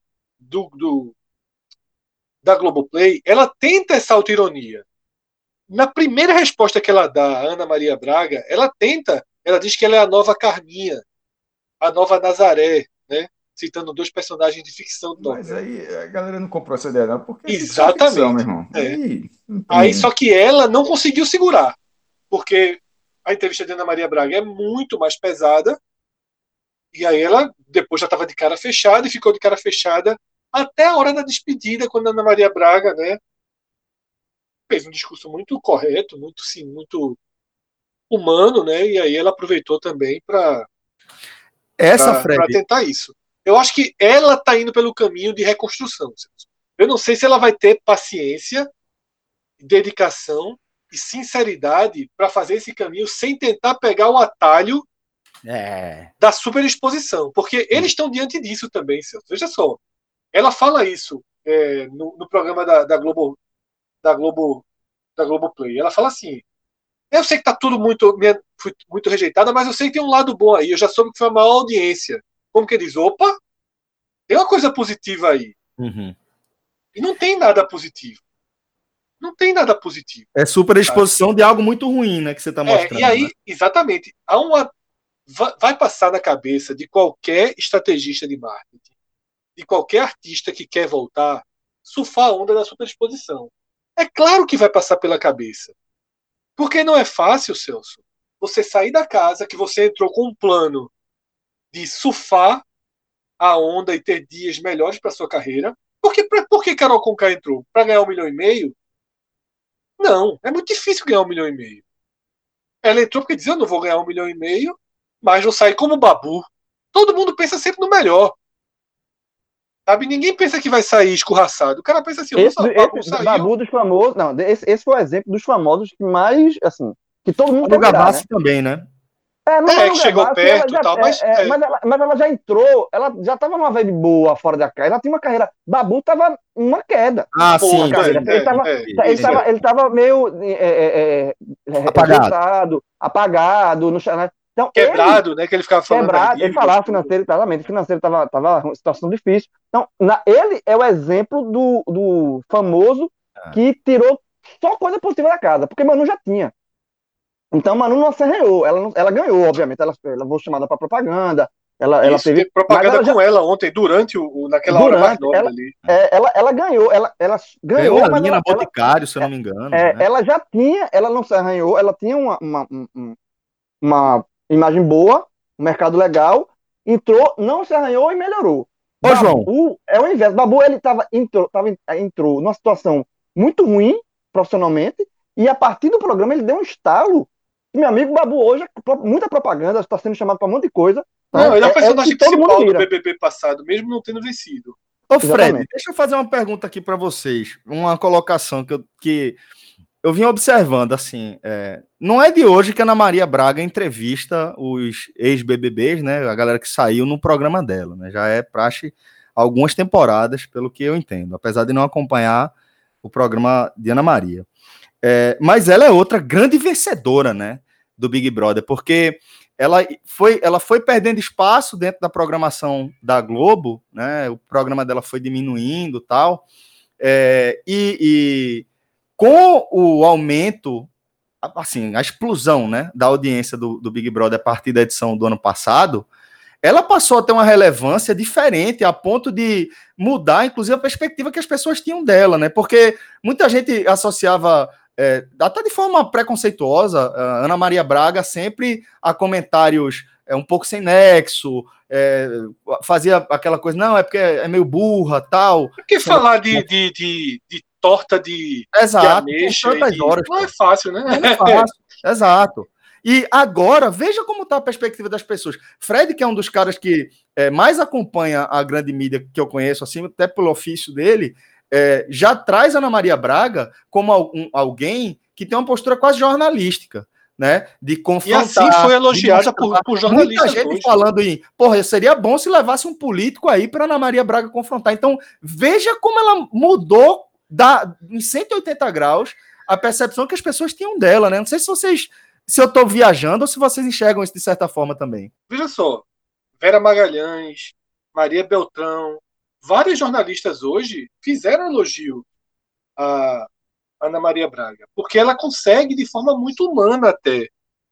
da Globoplay, ela tenta essa autoironia. Na primeira resposta que ela dá a Ana Maria Braga, ela diz que ela é a nova Carminha, a nova Nazaré, né? Citando dois personagens de ficção. Mas aí a galera não comprou essa ideia, não, porque exatamente. É ficção, meu irmão. Aí só que ela não conseguiu segurar, porque a entrevista de Ana Maria Braga é muito mais pesada, e aí ela depois já estava de cara fechada e ficou de cara fechada até a hora da despedida, quando a Ana Maria Braga, né, fez um discurso muito correto, muito sim, muito humano, né, e aí ela aproveitou também para tentar isso. Eu acho que ela está indo pelo caminho de reconstrução. Eu não sei se ela vai ter paciência, dedicação e sinceridade para fazer esse caminho sem tentar pegar o atalho da superexposição, porque eles estão diante disso também, Celso. Veja só, ela fala isso no programa da Globoplay. Ela fala assim: eu sei que está tudo muito rejeitado, mas eu sei que tem um lado bom aí. Eu já soube que foi a maior audiência. Como que diz? Opa, tem uma coisa positiva aí. Uhum. E não tem nada positivo. Não tem nada positivo. É superexposição de algo muito ruim, né? Que você está mostrando. E aí, né? exatamente, vai passar na cabeça de qualquer estrategista de marketing, de qualquer artista que quer voltar, surfar a onda da superexposição. É claro que vai passar pela cabeça. Porque não é fácil, Celso, você sair da casa que você entrou com um plano de surfar a onda e ter dias melhores para sua carreira. Por que Carol Conká entrou? Para ganhar 1,5 milhão? Não, é muito difícil ganhar 1,5 milhão. Ela entrou porque dizia: eu não vou ganhar 1,5 milhão, mas vou sair como Babu. Todo mundo pensa sempre no melhor. Sabe? Ninguém pensa que vai sair escorraçado. O cara pensa assim: Babu saiu. Babu dos famosos. Não, esse foi o exemplo dos famosos que mais, assim, que todo mundo quer virar, né? Também, né? Que chegou perto e tal, mas ela já entrou, ela já estava numa vibe boa fora da carreira, ela tinha uma carreira. Babu estava uma queda. Sim. Ele estava meio apagado no chão. Então, quebrado, né? Que ele ficava falando. Quebrado, ele falava financeiro, claramente. Financeiro estava uma situação difícil. Então, ele é o exemplo do famoso que tirou só coisa positiva da casa, porque Manu já tinha. Então, Manu não se arranhou. Ela ganhou, obviamente. Ela foi chamada para propaganda. Ela teve propaganda com ela ontem, naquela hora mais nova ali. Ela ganhou. Ela ganhou a linha na Boticário, se eu não me engano. Né? Ela já tinha, ela não se arranhou, ela tinha uma imagem boa, um mercado legal, entrou, não se arranhou e melhorou. Babu é o inverso. Babu ele entrou numa situação muito ruim profissionalmente, e a partir do programa ele deu um estalo. Meu amigo Babu hoje, muita propaganda, está sendo chamado para um monte de coisa. Não, ele é o personagem principal do BBB passado, mesmo não tendo vencido. Ô Fred, deixa eu fazer uma pergunta aqui para vocês, uma colocação que eu vim observando, assim, não é de hoje que a Ana Maria Braga entrevista os ex-BBBs, né, a galera que saiu no programa dela, né, já é praxe há algumas temporadas, pelo que eu entendo, apesar de não acompanhar o programa de Ana Maria. Mas ela é outra grande vencedora, né, do Big Brother, porque ela foi perdendo espaço dentro da programação da Globo, né, o programa dela foi diminuindo e tal, e com o aumento, assim, a explosão, né, da audiência do Big Brother a partir da edição do ano passado, ela passou a ter uma relevância diferente, a ponto de mudar, inclusive, a perspectiva que as pessoas tinham dela, né? Porque muita gente associava, até de forma preconceituosa, a Ana Maria Braga sempre a comentários um pouco sem nexo, fazia aquela coisa, não, é porque é meio burra, tal. Porque falar de torta de Exato, ameixa tantas horas, não é fácil, né? não é fácil, exato. E agora, veja como está a perspectiva das pessoas. Fred, que é um dos caras que mais acompanha a grande mídia que eu conheço, assim, até pelo ofício dele, já traz a Ana Maria Braga como alguém que tem uma postura quase jornalística, né? De confrontar. E assim foi elogiada por jornalistas. Muita gente falando em, porra, seria bom se levasse um político aí para Ana Maria Braga confrontar. Então, veja como ela mudou em 180 graus a percepção que as pessoas tinham dela, né? Não sei se eu estou viajando ou se vocês enxergam isso de certa forma também. Veja só, Vera Magalhães, Maria Beltrão, vários jornalistas hoje fizeram elogio a Ana Maria Braga, porque ela consegue de forma muito humana até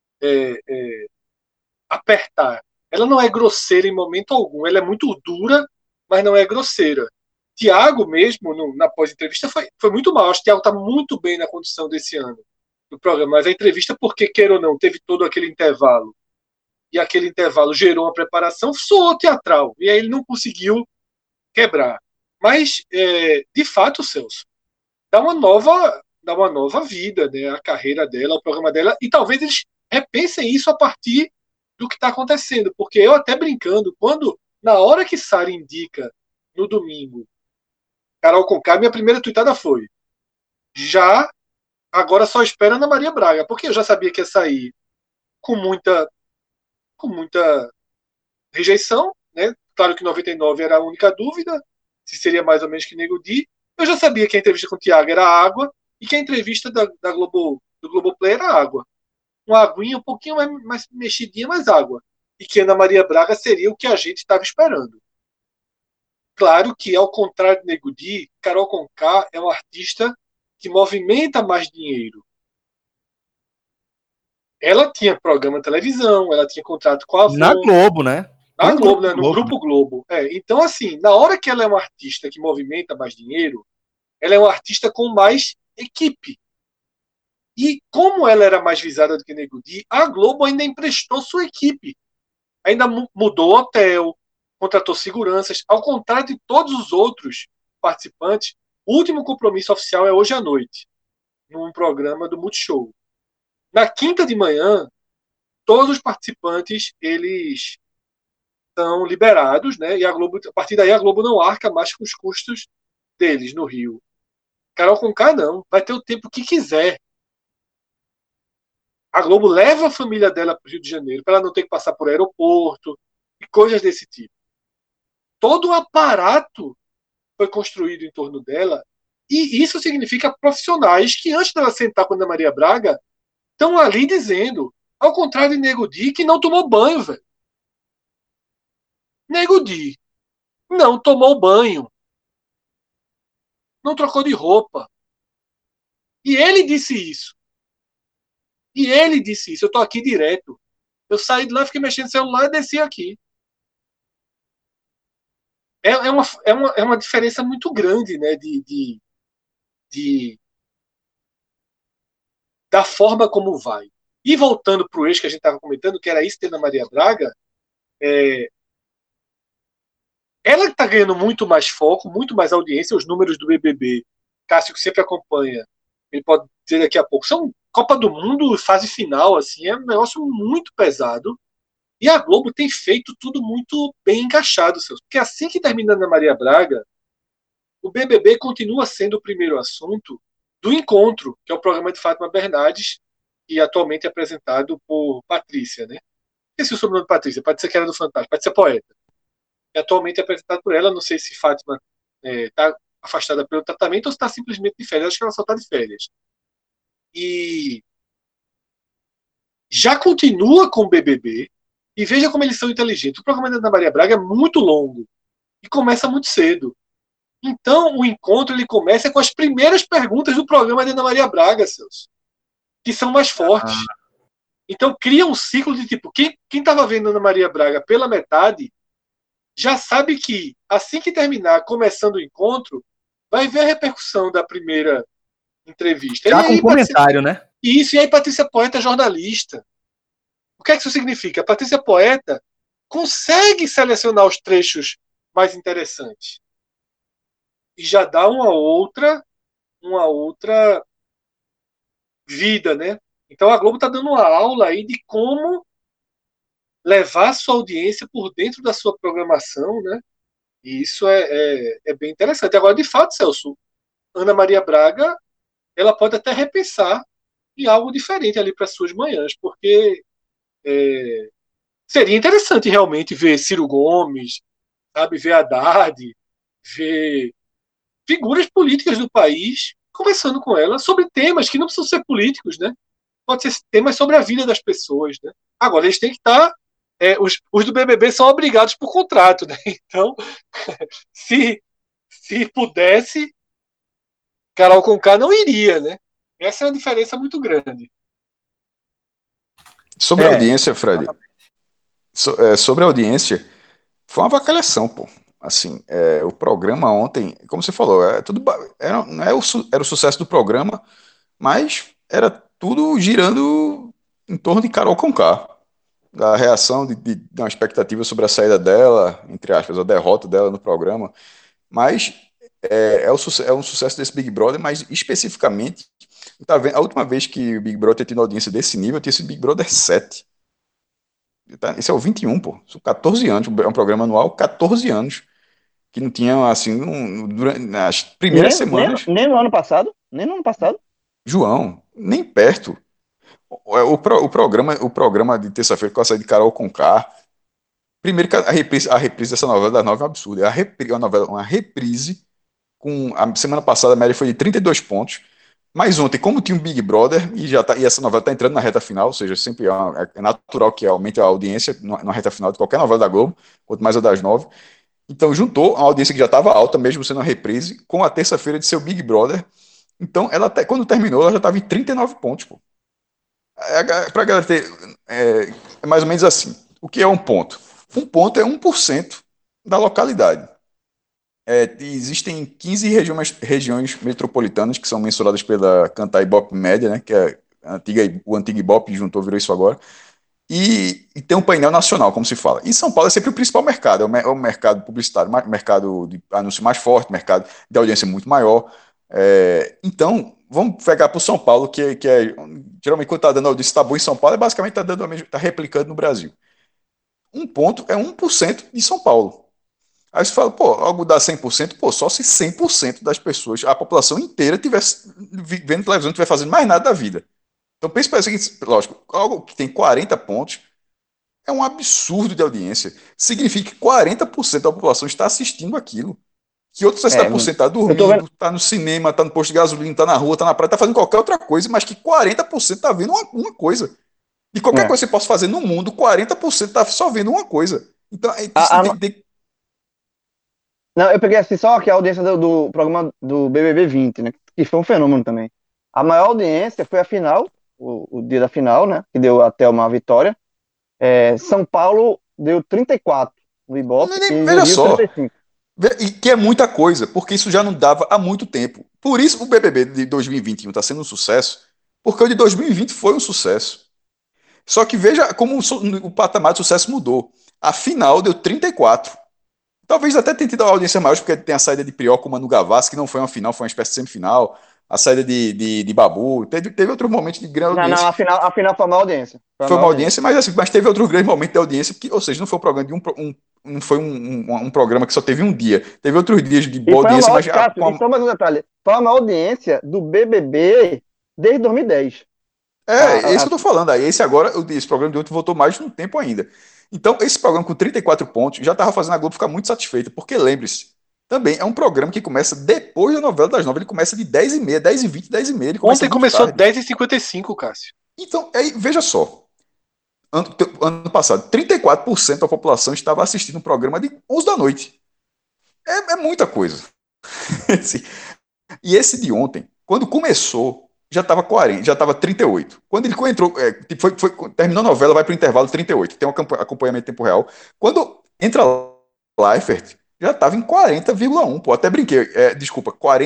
apertar. Ela não é grosseira em momento algum, ela é muito dura, mas não é grosseira. Tiago mesmo, na pós-entrevista, foi muito mal. Acho que Tiago está muito bem na condição desse ano do programa, mas a entrevista, porque queira ou não, teve todo aquele intervalo, e aquele intervalo gerou uma preparação, soou teatral, e aí ele não conseguiu quebrar. Mas, de fato, Celso, dá uma nova vida, né, a carreira dela, o programa dela, e talvez eles repensem isso a partir do que está acontecendo, porque eu até brincando, na hora que Sara indica no domingo Carol Conká, minha primeira tuitada foi: já agora só espera Ana Maria Braga, porque eu já sabia que ia sair com muita rejeição, né? Claro que 99 era a única dúvida, se seria mais ou menos que Nego Di. Eu já sabia que a entrevista com o Thiago era água e que a entrevista da Globo, do Globoplay era água. Uma aguinha um pouquinho mais mexidinha, mais água. E que Ana Maria Braga seria o que a gente estava esperando. Claro que, ao contrário de Nego Di, Carol Conká é uma artista que movimenta mais dinheiro. Ela tinha programa de televisão, ela tinha contrato com a Avon. Na Globo, né? Na Globo, né? No Grupo Globo. Então, assim, na hora que ela é uma artista que movimenta mais dinheiro, ela é uma artista com mais equipe. E como ela era mais visada do que Nego Di, a Globo ainda emprestou sua equipe. Ainda mudou o hotel, contratou seguranças. Ao contrário de todos os outros participantes, o último compromisso oficial é hoje à noite, num programa do Multishow. Na quinta de manhã, todos os participantes, eles são liberados, né? E a Globo, a partir daí a Globo não arca mais com os custos deles no Rio. Carol Conká não, vai ter o tempo que quiser. A Globo leva a família dela para o Rio de Janeiro para ela não ter que passar por aeroporto e coisas desse tipo. Todo o aparato foi construído em torno dela e isso significa profissionais que antes dela sentar com a Ana Maria Braga estão ali dizendo, ao contrário de Nego Di, que não tomou banho, velho. Nego Di não tomou banho. Não trocou de roupa. E ele disse isso. Eu tô aqui direto. Eu saí de lá, fiquei mexendo no celular e desci aqui. É uma diferença muito grande, né? Da forma como vai. E voltando para o eixo que a gente estava comentando, que era isso de Ana Maria Braga, ela está ganhando muito mais foco, muito mais audiência. Os números do BBB, Cássio, que sempre acompanha, ele pode dizer daqui a pouco, são Copa do Mundo, fase final, assim, é um negócio muito pesado. E a Globo tem feito tudo muito bem encaixado, porque assim que termina Ana Maria Braga, o BBB continua sendo o primeiro assunto, do Encontro, que é o programa de Fátima Bernardes, e atualmente é apresentado por Patrícia, né? Esqueci o sobrenome de Patrícia, Patrícia que era do Fantástico, Patrícia Poeta. E atualmente é apresentado por ela, não sei se Fátima está afastada pelo tratamento ou se está simplesmente de férias, acho que ela só está de férias. E já continua com o BBB, e veja como eles são inteligentes. O programa da Ana Maria Braga é muito longo e começa muito cedo. Então, o encontro ele começa com as primeiras perguntas do programa de Ana Maria Braga, Celso, que são mais fortes. Então, cria um ciclo de tipo, quem estava vendo Ana Maria Braga pela metade já sabe que, assim que terminar, começando o encontro, vai ver a repercussão da primeira entrevista. Já e com aí, comentário, né? Isso, e aí Patrícia Poeta é jornalista. O que é que isso significa? A Patrícia Poeta consegue selecionar os trechos mais interessantes. E já dá uma outra vida, né? Então a Globo está dando uma aula aí de como levar a sua audiência por dentro da sua programação, né? E isso é bem interessante. Agora, de fato, Celso, Ana Maria Braga, ela pode até repensar em algo diferente ali para suas manhãs, porque seria interessante realmente ver Ciro Gomes, sabe, ver Haddad, ver figuras políticas do país conversando com ela sobre temas que não precisam ser políticos, né? Pode ser temas sobre a vida das pessoas, né? Agora, eles têm que estar... os do BBB são obrigados por contrato, né? Então, se pudesse, Carol Conká não iria, né? Essa é uma diferença muito grande. Sobre a audiência, Fred, sobre a audiência, foi uma avacalhação, pô. Assim, o programa ontem, como você falou, era o sucesso do programa, mas era tudo girando em torno de Carol Conká. Da reação de uma expectativa sobre a saída dela, entre aspas, a derrota dela no programa. Mas é um sucesso desse Big Brother, mas especificamente, tá vendo, a última vez que o Big Brother tinha tido audiência desse nível, tinha sido Big Brother 7. Esse é o 21, pô. São 14 anos, é um programa anual, 14 anos, que não tinha, assim, durante, nas primeiras semanas. Nem no ano passado? Nem no ano passado? João, nem perto. O programa de terça-feira com a saída de Carol Conká. Primeiro que a reprise dessa novela das 9 é um absurdo. Uma reprise com a semana passada a média foi de 32 pontos. Mas ontem, como tinha um Big Brother e essa novela está entrando na reta final, ou seja, sempre é natural que aumente a audiência na reta final de qualquer novela da Globo, quanto mais a das 9. Então juntou a audiência que já estava alta, mesmo sendo uma reprise, com a terça-feira de seu Big Brother. Então, quando terminou, ela já estava em 39 pontos, pô. Para a galera ter. É mais ou menos assim. O que é um ponto? Um ponto é 1% da localidade. Existem 15 regiões metropolitanas que são mensuradas pela Cantar Ibope Média, né, que é o antigo Ibope virou isso agora. E tem um painel nacional, como se fala. E São Paulo é sempre o principal mercado, é o mercado publicitário, mercado de anúncio mais forte, mercado de audiência muito maior. Então, vamos pegar para o São Paulo, que geralmente quando está dando audiência, está bom em São Paulo, basicamente está replicando no Brasil. Um ponto é 1% de São Paulo. Aí você fala, pô, algo dá 100%, pô, só se 100% das pessoas, a população inteira tivesse vendo televisão, não estiver fazendo mais nada da vida. Então pense para o seguinte, lógico, algo que tem 40 pontos é um absurdo de audiência. Significa que 40% da população está assistindo aquilo. Que outros 60% está dormindo, está no cinema, está no posto de gasolina, está na rua, está na praia, está fazendo qualquer outra coisa, mas que 40% está vendo uma coisa. E qualquer coisa que você possa fazer no mundo, 40% está só vendo uma coisa. Então, Não, eu peguei assim só que a audiência do programa do BBB 20, né? Que foi um fenômeno também. A maior audiência foi a final, o dia da final, né? Que deu até uma vitória. São Paulo deu 34 no Ibope e no veja Rio só, 35. E que é muita coisa, porque isso já não dava há muito tempo. Por isso o BBB de 2021 está sendo um sucesso, porque o de 2020 foi um sucesso. Só que veja como o patamar de sucesso mudou. A final deu 34. Talvez até tenha tido a audiência maior, porque tem a saída de Priol com o Manu Gavassi, que não foi uma final, foi uma espécie de semifinal. A saída de Babu. Teve outro momento de grande audiência. Não, a final foi uma audiência. Foi uma audiência, mas teve outro grande momento de audiência, ou seja, não foi um programa de não foi um programa que só teve um dia. Teve outros dias de E boa foi a audiência, maior, mas Cássio, e só mais um detalhe, foi a maior audiência do BBB desde 2010. é isso que eu tô falando. Aí esse agora, esse programa de ontem voltou mais de um tempo ainda. Então, esse programa com 34 pontos já estava fazendo a Globo ficar muito satisfeita, porque lembre-se, também é um programa que começa depois da novela das 9. Ele começa de 10h30, 10h20, 10h30. Ele começa Ontem muito começou tarde. 10h55, Cássio. Então, aí, veja só. Ano passado, 34% da população estava assistindo um programa de 11 da noite. É muita coisa. E esse de ontem, quando começou, já estava 40, já estava 38. Quando ele entrou, terminou a novela, vai para o intervalo 38. Tem um acompanhamento em tempo real. Quando entra Leifert, já estava em 40,1. Pô, até brinquei. Desculpa,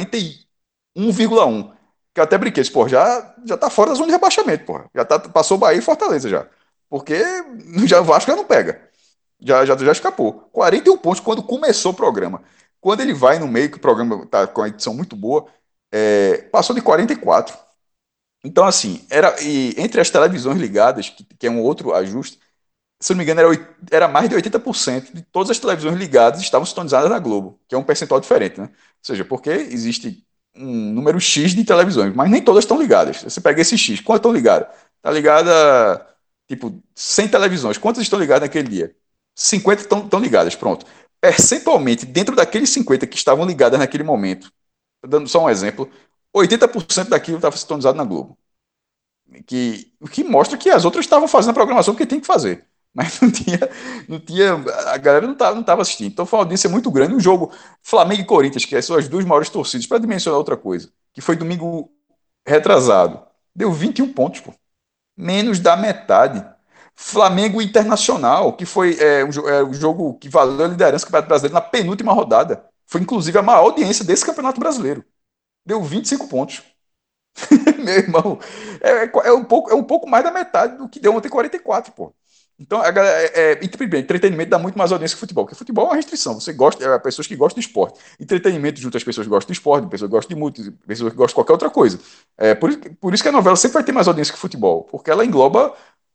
41,1. Que eu até brinquei. Pô, já tá fora da zona de rebaixamento, porra. Passou Bahia e Fortaleza já. Porque já, o Vasco já não pega. Já escapou. 41 pontos quando começou o programa. Quando ele vai no meio, que o programa está com a edição muito boa, passou de 44. Então, assim, e entre as televisões ligadas, que é um outro ajuste, se não me engano, era mais de 80% de todas as televisões ligadas estavam sintonizadas na Globo, que é um percentual diferente, né? Ou seja, porque existe um número X de televisões, mas nem todas estão ligadas. Você pega esse X, quantas estão ligadas? Está ligada, tipo, 100 televisões. Quantas estão ligadas naquele dia? 50 estão ligadas, pronto. Percentualmente, dentro daqueles 50 que estavam ligadas naquele momento, dando só um exemplo, 80% daquilo estava sintonizado na Globo. O que mostra que as outras estavam fazendo a programação que tem que fazer. Mas não tinha, a galera não tava assistindo. Então foi uma audiência muito grande. Um jogo Flamengo e Corinthians, que são as duas maiores torcidas, para dimensionar outra coisa, que foi domingo retrasado, deu 21 pontos, pô. Menos da metade. Flamengo Internacional, que foi um jogo que valeu a liderança do Campeonato Brasileiro na penúltima rodada. Foi inclusive a maior audiência desse Campeonato Brasileiro. Deu 25 pontos. Meu irmão, é um pouco mais da metade do que deu ontem 44, pô. Então, a galera, entretenimento dá muito mais audiência que futebol, porque futebol é uma restrição. Você gosta, pessoas que gostam de esporte. Entretenimento junto às pessoas que gostam de esporte, pessoas que gostam de música, pessoas que gostam de qualquer outra coisa. Por isso que a novela sempre vai ter mais audiência que futebol, porque ela engloba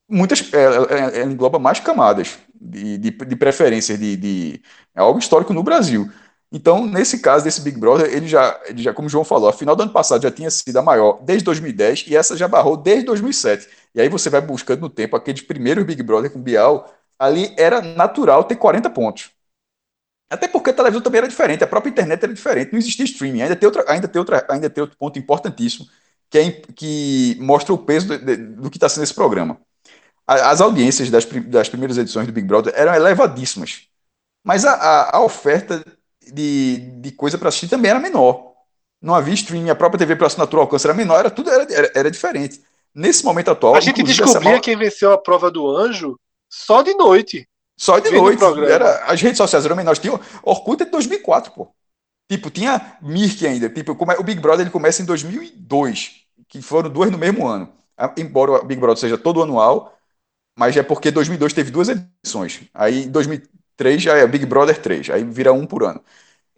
ela engloba mais camadas de preferências, é algo histórico no Brasil. Então, nesse caso desse Big Brother, ele já, como o João falou, a final do ano passado já tinha sido a maior desde 2010 e essa já barrou desde 2007. E aí você vai buscando no tempo aqueles primeiros Big Brother com Bial, ali era natural ter 40 pontos. Até porque a televisão também era diferente, a própria internet era diferente, não existia streaming. Ainda tem outro ponto importantíssimo, que mostra o peso do que está sendo esse programa. As audiências das primeiras edições do Big Brother eram elevadíssimas, mas a oferta de coisa para assistir também era menor. Não havia streaming, a própria TV para assinatura ao alcance era menor, tudo era diferente. Nesse momento atual, A gente descobria quem venceu a prova do anjo só de noite. Só de vendo o noite. programa. As redes sociais eram menores. Tinha Orkut é de 2004, pô. Tipo, tinha Mirk ainda. Tipo, o Big Brother ele começa em 2002, que foram duas no mesmo ano. Embora o Big Brother seja todo anual, mas é porque 2002 teve duas edições. Aí em 2003 já é Big Brother 3, aí vira um por ano.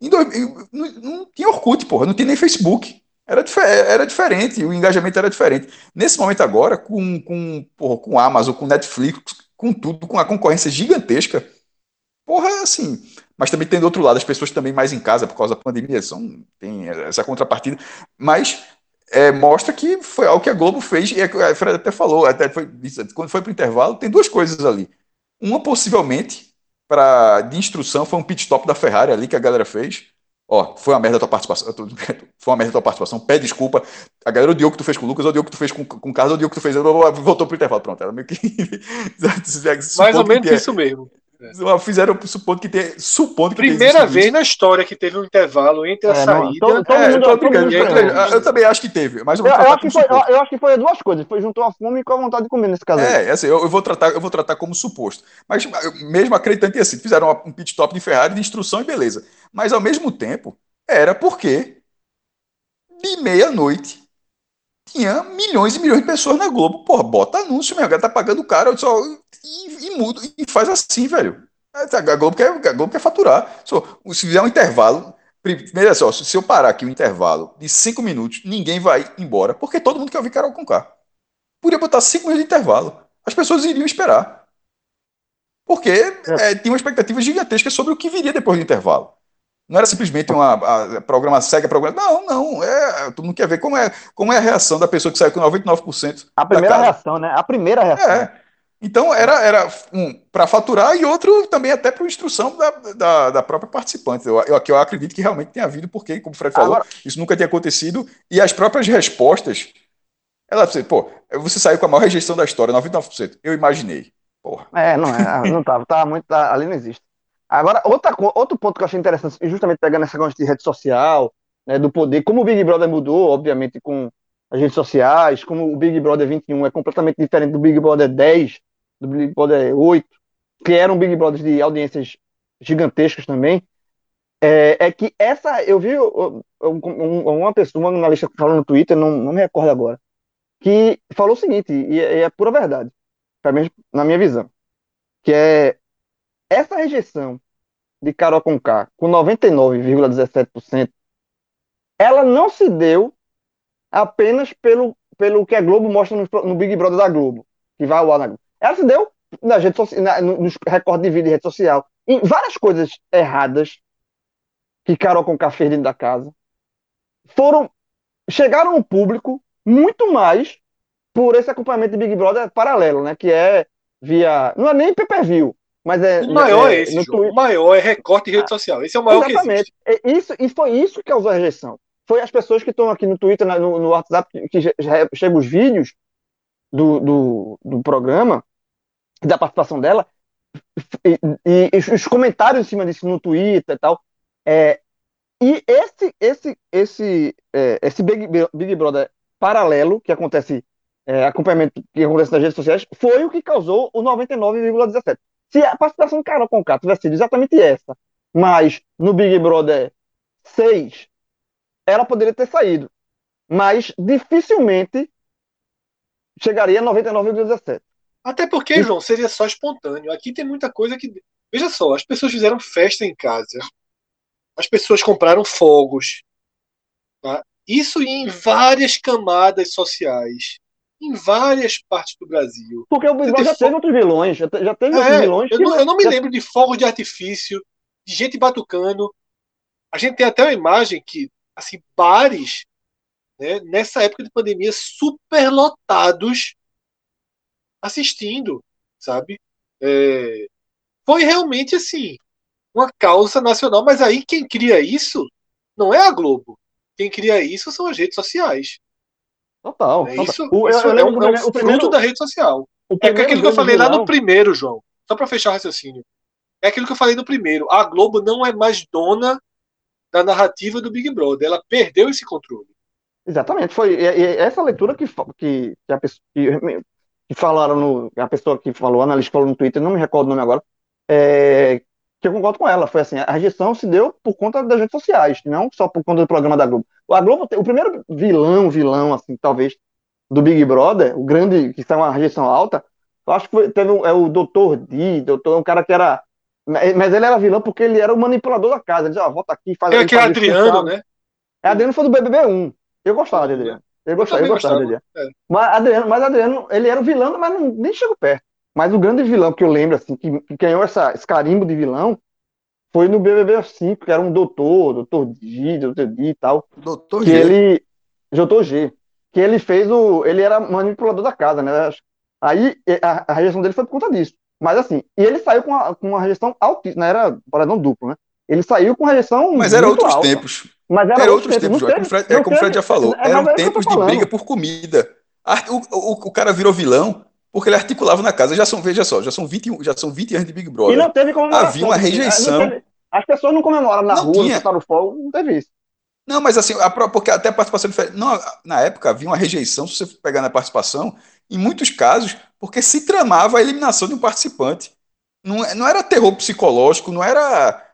Não tinha Orkut, porra, não tinha nem Facebook. Era diferente, o engajamento era diferente. Nesse momento agora, com Amazon, com Netflix, com tudo, com a concorrência gigantesca, porra, é assim. Mas também tem do outro lado, as pessoas também mais em casa por causa da pandemia, tem essa contrapartida. Mas mostra que foi algo que a Globo fez, e a Fred até falou, quando foi para o intervalo, tem duas coisas ali. Uma, possivelmente, de instrução, foi um pit stop da Ferrari ali que a galera fez. Ó, foi uma merda a tua participação. Foi uma merda a tua participação. Pede desculpa. A galera odiou o que tu fez com o Lucas, odiou o que tu fez com o Carlos, odiou o que tu fez. Voltou pro intervalo. Pronto. Era meio que. Mais ou menos isso mesmo. Fizeram supondo que tem. Primeira vez na história que teve um intervalo entre a saída. Eu também acho que teve. Mas eu acho que foi duas coisas. Foi juntou a fome com a vontade de comer nesse caso. Assim, eu vou tratar como suposto. Mas mesmo acreditando que assim, fizeram um pit stop de Ferrari de instrução e beleza. Mas ao mesmo tempo, era porque de meia-noite tinha milhões e milhões de pessoas na Globo. Porra, bota anúncio, meu. A galera tá pagando o cara e muda e faz assim, velho. A Globo quer faturar. Se fizer um intervalo, primeiro só, se eu parar aqui um intervalo de 5 minutos, ninguém vai embora, porque todo mundo quer ouvir Carol Conká. Podia botar 5 minutos de intervalo. As pessoas iriam esperar. porque tinha uma expectativa gigantesca sobre o que viria depois do intervalo. Não era simplesmente programa segue a programa. Não. Todo mundo quer ver como é a reação da pessoa que saiu com 99% A da primeira casa. reação, né? A primeira reação. Então era um para faturar e outro também até para instrução da própria participante. Eu acredito que realmente tenha havido, porque, como o Fred falou, isso nunca tinha acontecido, e as próprias respostas, ela disse, você saiu com a maior rejeição da história, 99%. Eu imaginei. Porra. Não tava muito, ali não existe. Agora, outro ponto que eu achei interessante, justamente pegando essa questão de rede social, né, do poder, como o Big Brother mudou, obviamente, com as redes sociais, como o Big Brother 21 é completamente diferente do Big Brother 10, do Big Brother 8, que eram Big Brothers de audiências gigantescas também, que eu vi uma pessoa, uma analista falando no Twitter, não me recordo agora, que falou o seguinte, e é pura verdade, pelo menos na minha visão, que é essa rejeição de Carol Conká com 99,17%, ela não se deu apenas pelo que a Globo mostra no Big Brother da Globo, que vai ao ar na Globo. Ela se deu nas redes nos recordes de vídeo e rede social, em várias coisas erradas que Carol Conká fez dentro da casa, chegaram ao público muito mais por esse acompanhamento de Big Brother paralelo, né? Que é via. Não é nem pay-per-view, mas O maior é esse, no João. Twitter. O maior é recorte de rede social. Esse é o maior Exatamente. que existe. E foi isso que causou a rejeição. Foi as pessoas que estão aqui no Twitter, no WhatsApp, que chegam os vídeos do programa, da participação dela, e os comentários em cima disso no Twitter e tal. E esse Big Brother paralelo que acontece, acompanhamento que acontece nas redes sociais, foi o que causou o 99,17%. Se a participação de Carol Conká tivesse sido exatamente essa, mas no Big Brother 6, ela poderia ter saído, mas dificilmente chegaria a 99,17%. Até porque, João, seria só espontâneo. Aqui tem muita coisa que. Veja só, as pessoas fizeram festa em casa. As pessoas compraram fogos. Tá? Isso em várias camadas sociais. Em várias partes do Brasil. Porque o Big Brother já teve outros vilões. Já teve outros vilões. Eu não me lembro de fogos de artifício, de gente batucando. A gente tem até uma imagem que, assim, bares, né, nessa época de pandemia, superlotados assistindo, sabe? Foi realmente, assim, uma causa nacional, mas aí quem cria isso não é a Globo. Quem cria isso são as redes sociais. Total. Isso é um fruto da rede social. É aquilo que eu falei lá no primeiro, João. Só para fechar o raciocínio. É aquilo que eu falei no primeiro. A Globo não é mais dona da narrativa do Big Brother. Ela perdeu esse controle. Exatamente. Foi essa leitura que a pessoa que falaram a pessoa que falou, a analista que falou no Twitter, não me recordo o nome agora, que eu concordo com ela. Foi assim, a rejeição se deu por conta das redes sociais, não só por conta do programa da Globo. A Globo, o primeiro vilão, assim, talvez, do Big Brother, o grande, que saiu uma rejeição alta, eu acho que teve o Dr. D, um cara que era. Mas ele era vilão porque ele era o manipulador da casa. Ele dizia, volta aqui, faz. É aquele Adriano, né? Adriano foi do BBB 1. Eu gostava de Adriano. Eu gostava de Adriano. Mas Adriano, ele era o vilão, mas nem chegou perto. Mas o grande vilão que eu lembro, assim, que ganhou esse carimbo de vilão, foi no BBB 5, que era um doutor D e tal. Doutor G. Doutor G. Que ele ele era manipulador da casa, né? Aí a rejeição dele foi por conta disso. Mas assim, e ele saiu com uma rejeição altíssima, era paredão duplo, né? Ele saiu com rejeição. Mas era outros tempos. Mas era outros tempos, João. Como o Fred já falou. Eram tempos de briga por comida. O cara virou vilão porque ele articulava na casa. Veja só, já são 20 anos de Big Brother. E não teve comemoração. Havia uma rejeição. As pessoas não comemoraram na rua, não botaram fogo, não teve isso. Não, mas assim, porque até a participação diferente. Na época havia uma rejeição, se você pegar na participação, em muitos casos, porque se tramava a eliminação de um participante. Não era terror psicológico, não era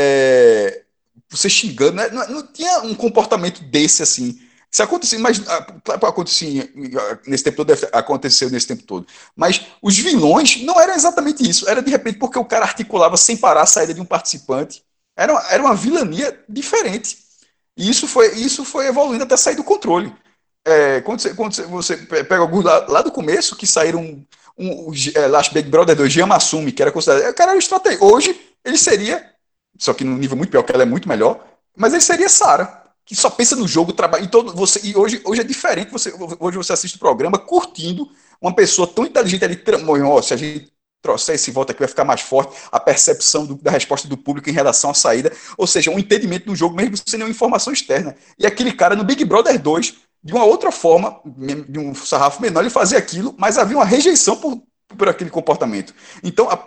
você xingando, não tinha um comportamento desse assim. Se acontecia, mas acontecia nesse tempo todo, aconteceu nesse tempo todo. Mas os vilões não eram exatamente isso. Era de repente porque o cara articulava sem parar a saída de um participante. Era uma vilania diferente. E isso foi evoluindo até sair do controle. Quando você pega alguns lá do começo, que saíram Last Big Brother 2, Jean Massumi, que era considerado. O cara era um estratégia. Hoje, ele seria, só que num nível muito pior, que ela é muito melhor, mas ele seria Sarah, que só pensa no jogo, trabalha. E hoje é diferente. Hoje você assiste o programa curtindo uma pessoa tão inteligente ali. Se a gente trouxer esse voto aqui, vai ficar mais forte. A percepção da resposta do público em relação à saída. Ou seja, um entendimento do jogo, mesmo sem nenhuma informação externa. E aquele cara no Big Brother 2, de uma outra forma, de um sarrafo menor, ele fazia aquilo, mas havia uma rejeição por aquele comportamento. Então, o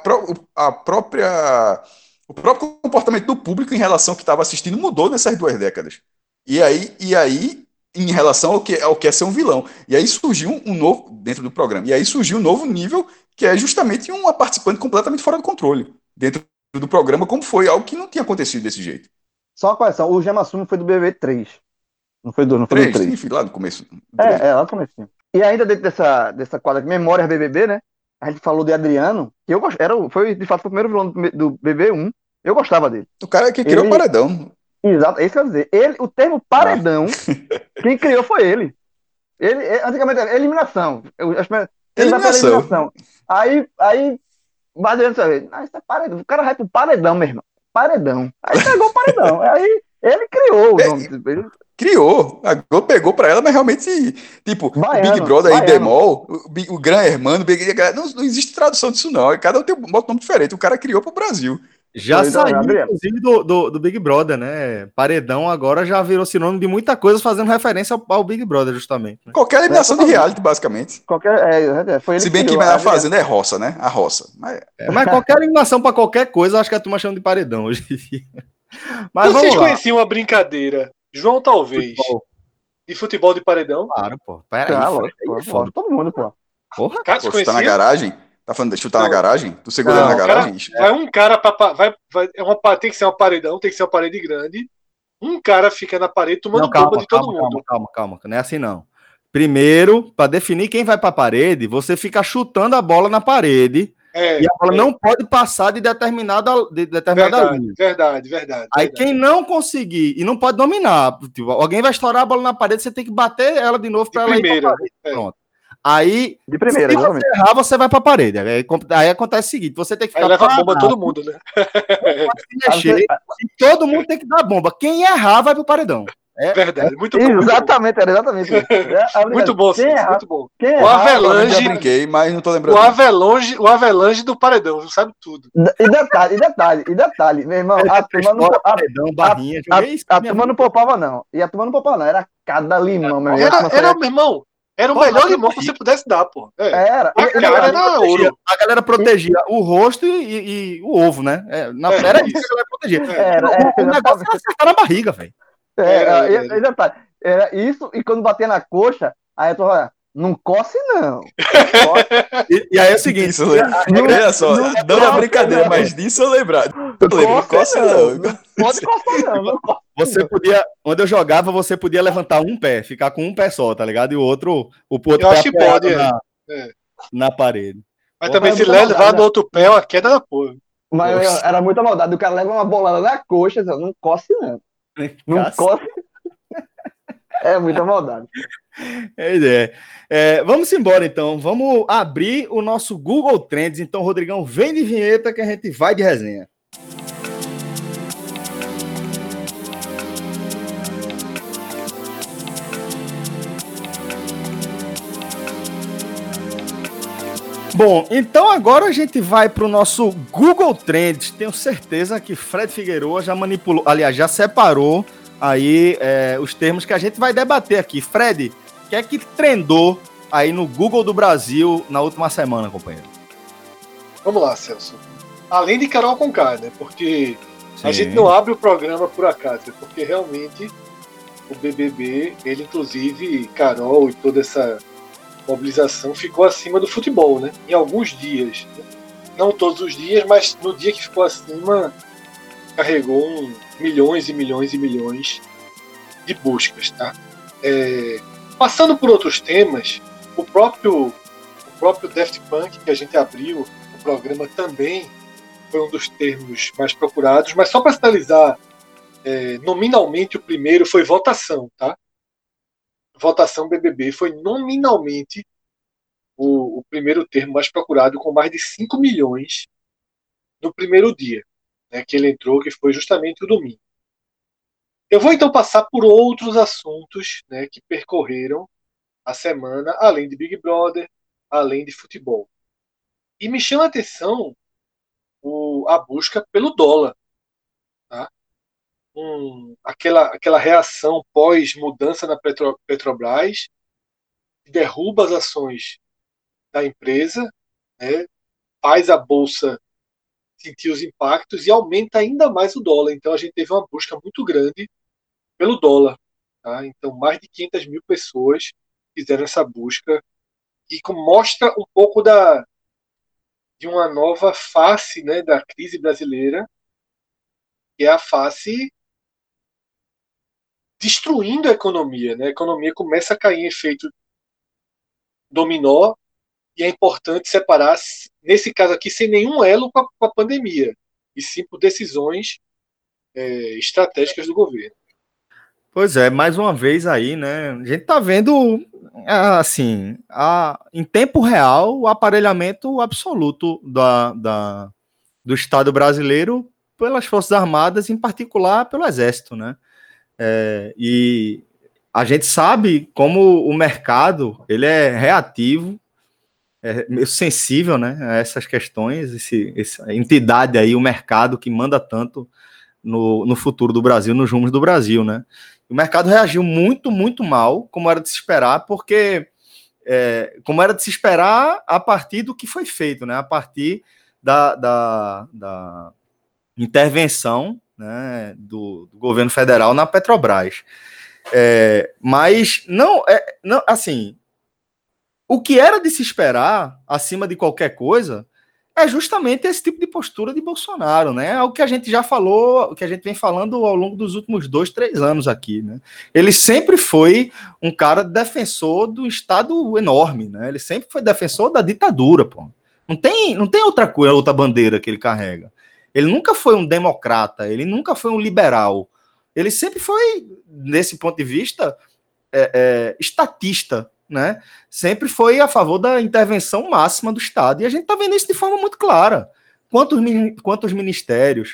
próprio comportamento do público em relação ao que estava assistindo mudou nessas 2 décadas. E aí em relação ao que é ser um vilão. E aí surgiu um novo, dentro do programa, e aí surgiu um novo nível, que é justamente uma participante completamente fora do controle, dentro do programa, como foi algo que não tinha acontecido desse jeito. Só uma correção, o Gemassume foi do BBB 3. Não foi do 3. Enfim, lá no começo. Lá no começo. E ainda dentro dessa quadra de Memórias BBB, né? A gente falou de Adriano, que foi de fato o primeiro vilão do BB1. Eu gostava dele. O cara que criou o paredão. Exato, é isso que eu ia dizer. O termo paredão, quem criou foi ele. Antigamente era eliminação. Eliminação. Aí o Adriano disse, isso é paredão. O cara vai pro paredão, meu irmão. Paredão. Aí pegou o paredão. Aí ele criou o nome. Criou. A Globo pegou pra ela, mas realmente, tipo, Baiano, o Big Brother aí, Demol, o Gran Hermano, não existe tradução disso não. Cada um tem um nome diferente. O cara criou pro Brasil. Já saiu, inclusive, do Big Brother, né? Paredão agora já virou sinônimo de muita coisa, fazendo referência ao Big Brother, justamente. Né? Qualquer eliminação de reality, basicamente. Foi ele. Se bem que a Fazenda é roça, né? A roça. Mas qualquer eliminação pra qualquer coisa, acho que a turma chama de paredão hoje em dia. Mas vocês conheciam a brincadeira? João, talvez. De futebol de paredão? Claro, pô. Peraí, todo mundo, pô. Porra, cara, você tá na garagem? Tá falando de chutar na garagem? Tu segurando na garagem? Vai um cara tem que ser uma paredão, tem que ser uma parede grande. Um cara fica na parede tomando bomba de todo mundo. Calma. Não é assim, não. Primeiro, para definir quem vai pra parede, você fica chutando a bola na parede. E a bola não pode passar de determinada linha. Verdade. Aí quem não conseguir, e não pode dominar, tipo, alguém vai estourar a bola na parede, você tem que bater ela de novo para ela ir pra parede. Pronto. Aí, de primeira, se você errar, você vai pra parede. Aí acontece o seguinte, você tem que ficar... Aí leva a bomba todo mundo, né? Mexer, e todo mundo tem que dar bomba. Quem errar, vai pro paredão. Verdade, muito bom. Exatamente, era exatamente isso. Muito bom, muito bom. O Avelange... Eu já brinquei, mas não tô lembrando. O Avelange do paredão, sabe tudo. E detalhe, meu irmão, a turma não poupava, não. E a turma não poupava, não. Era cada limão, meu irmão. Era o melhor limão que você pudesse dar, pô. Era ouro. A galera protegia o rosto e o ovo, né? Era isso que a galera protegia. O negócio era acertar na barriga, velho. Era isso, e quando batia na coxa, aí eu tô falando, não coce, não. E aí é o seguinte, olha só, não é brincadeira, mas disso eu lembro. Não coce, não. Pode coçar, não. Você podia, quando eu jogava, você podia levantar um pé, ficar com um pé só, tá ligado? E o outro eu acho que pode, na parede. Mas também se levar do outro pé, uma queda da porra. Mas era muita maldade. O cara leva uma bolada na coxa, não coce, não. Não coce. É muita maldade. Vamos embora, então. Vamos abrir o nosso Google Trends. Então, Rodrigão, vem de vinheta que a gente vai de resenha. Bom, então agora a gente vai para o nosso Google Trends. Tenho certeza que Fred Figueroa já manipulou, aliás, já separou aí os termos que a gente vai debater aqui. Fred, o que é que trendou aí no Google do Brasil na última semana, companheiro? Vamos lá, Celso. Além de Carol Conká, né? Porque a gente não abre o programa por acaso, porque realmente o BBB, ele inclusive, Carol e toda essa mobilização ficou acima do futebol, né? Em alguns dias. Não todos os dias, mas no dia que ficou acima, carregou milhões e milhões e milhões de buscas, tá? Passando por outros temas, o próprio Daft Punk, que a gente abriu o programa, também foi um dos termos mais procurados, mas só para sinalizar, nominalmente o primeiro foi votação, tá? Votação BBB foi nominalmente o primeiro termo mais procurado, com mais de 5 milhões no primeiro dia, né, que ele entrou, que foi justamente o domingo. Eu vou então passar por outros assuntos, né, que percorreram a semana, além de Big Brother, além de futebol. E me chama a atenção a busca pelo dólar. Tá? Aquela reação pós-mudança na Petrobras, que derruba as ações da empresa, né, faz a bolsa sentir os impactos e aumenta ainda mais o dólar. Então a gente teve uma busca muito grande pelo dólar. Tá? Então mais de 500 mil pessoas fizeram essa busca e mostra um pouco de uma nova face, né, da crise brasileira, que é a face destruindo a economia. Né? A economia começa a cair em efeito dominó e é importante separar, nesse caso aqui, sem nenhum elo com a pandemia, e sim por decisões estratégicas do governo. Pois é, mais uma vez aí, né? A gente tá vendo, assim, em tempo real, o aparelhamento absoluto do Estado brasileiro pelas Forças Armadas, em particular pelo Exército, né? E a gente sabe como o mercado ele é reativo, é meio sensível, né, a essas questões, essa entidade aí, o mercado que manda tanto no futuro do Brasil, nos rumos do Brasil, né? O mercado reagiu muito, muito mal, como era de se esperar, porque como era de se esperar a partir do que foi feito, né? A partir da intervenção, né, do governo federal na Petrobras. Mas não, assim, o que era de se esperar, acima de qualquer coisa, é justamente esse tipo de postura de Bolsonaro, né? É o que a gente já falou, o que a gente vem falando ao longo dos últimos 2, 3 anos aqui, né? Ele sempre foi um cara defensor do Estado enorme, né? Ele sempre foi defensor da ditadura, pô. Não tem outra coisa, outra bandeira que ele carrega. Ele nunca foi um democrata, ele nunca foi um liberal. Ele sempre foi, nesse ponto de vista, estatista, né? Sempre foi a favor da intervenção máxima do Estado. E a gente está vendo isso de forma muito clara. Quantos ministérios,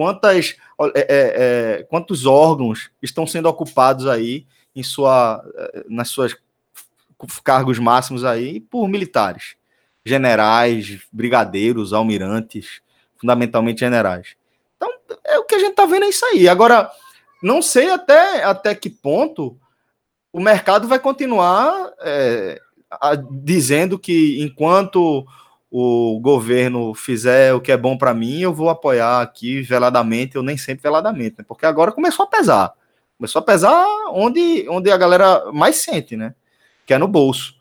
quantos órgãos estão sendo ocupados aí nas suas cargos máximos aí por militares, generais, brigadeiros, almirantes, fundamentalmente generais. Então, o que a gente está vendo é isso aí. Agora, não sei até que ponto o mercado vai continuar dizendo que enquanto o governo fizer o que é bom para mim, eu vou apoiar aqui veladamente, ou nem sempre veladamente, né? Porque agora começou a pesar. Começou a pesar onde a galera mais sente, né? Que é no bolso.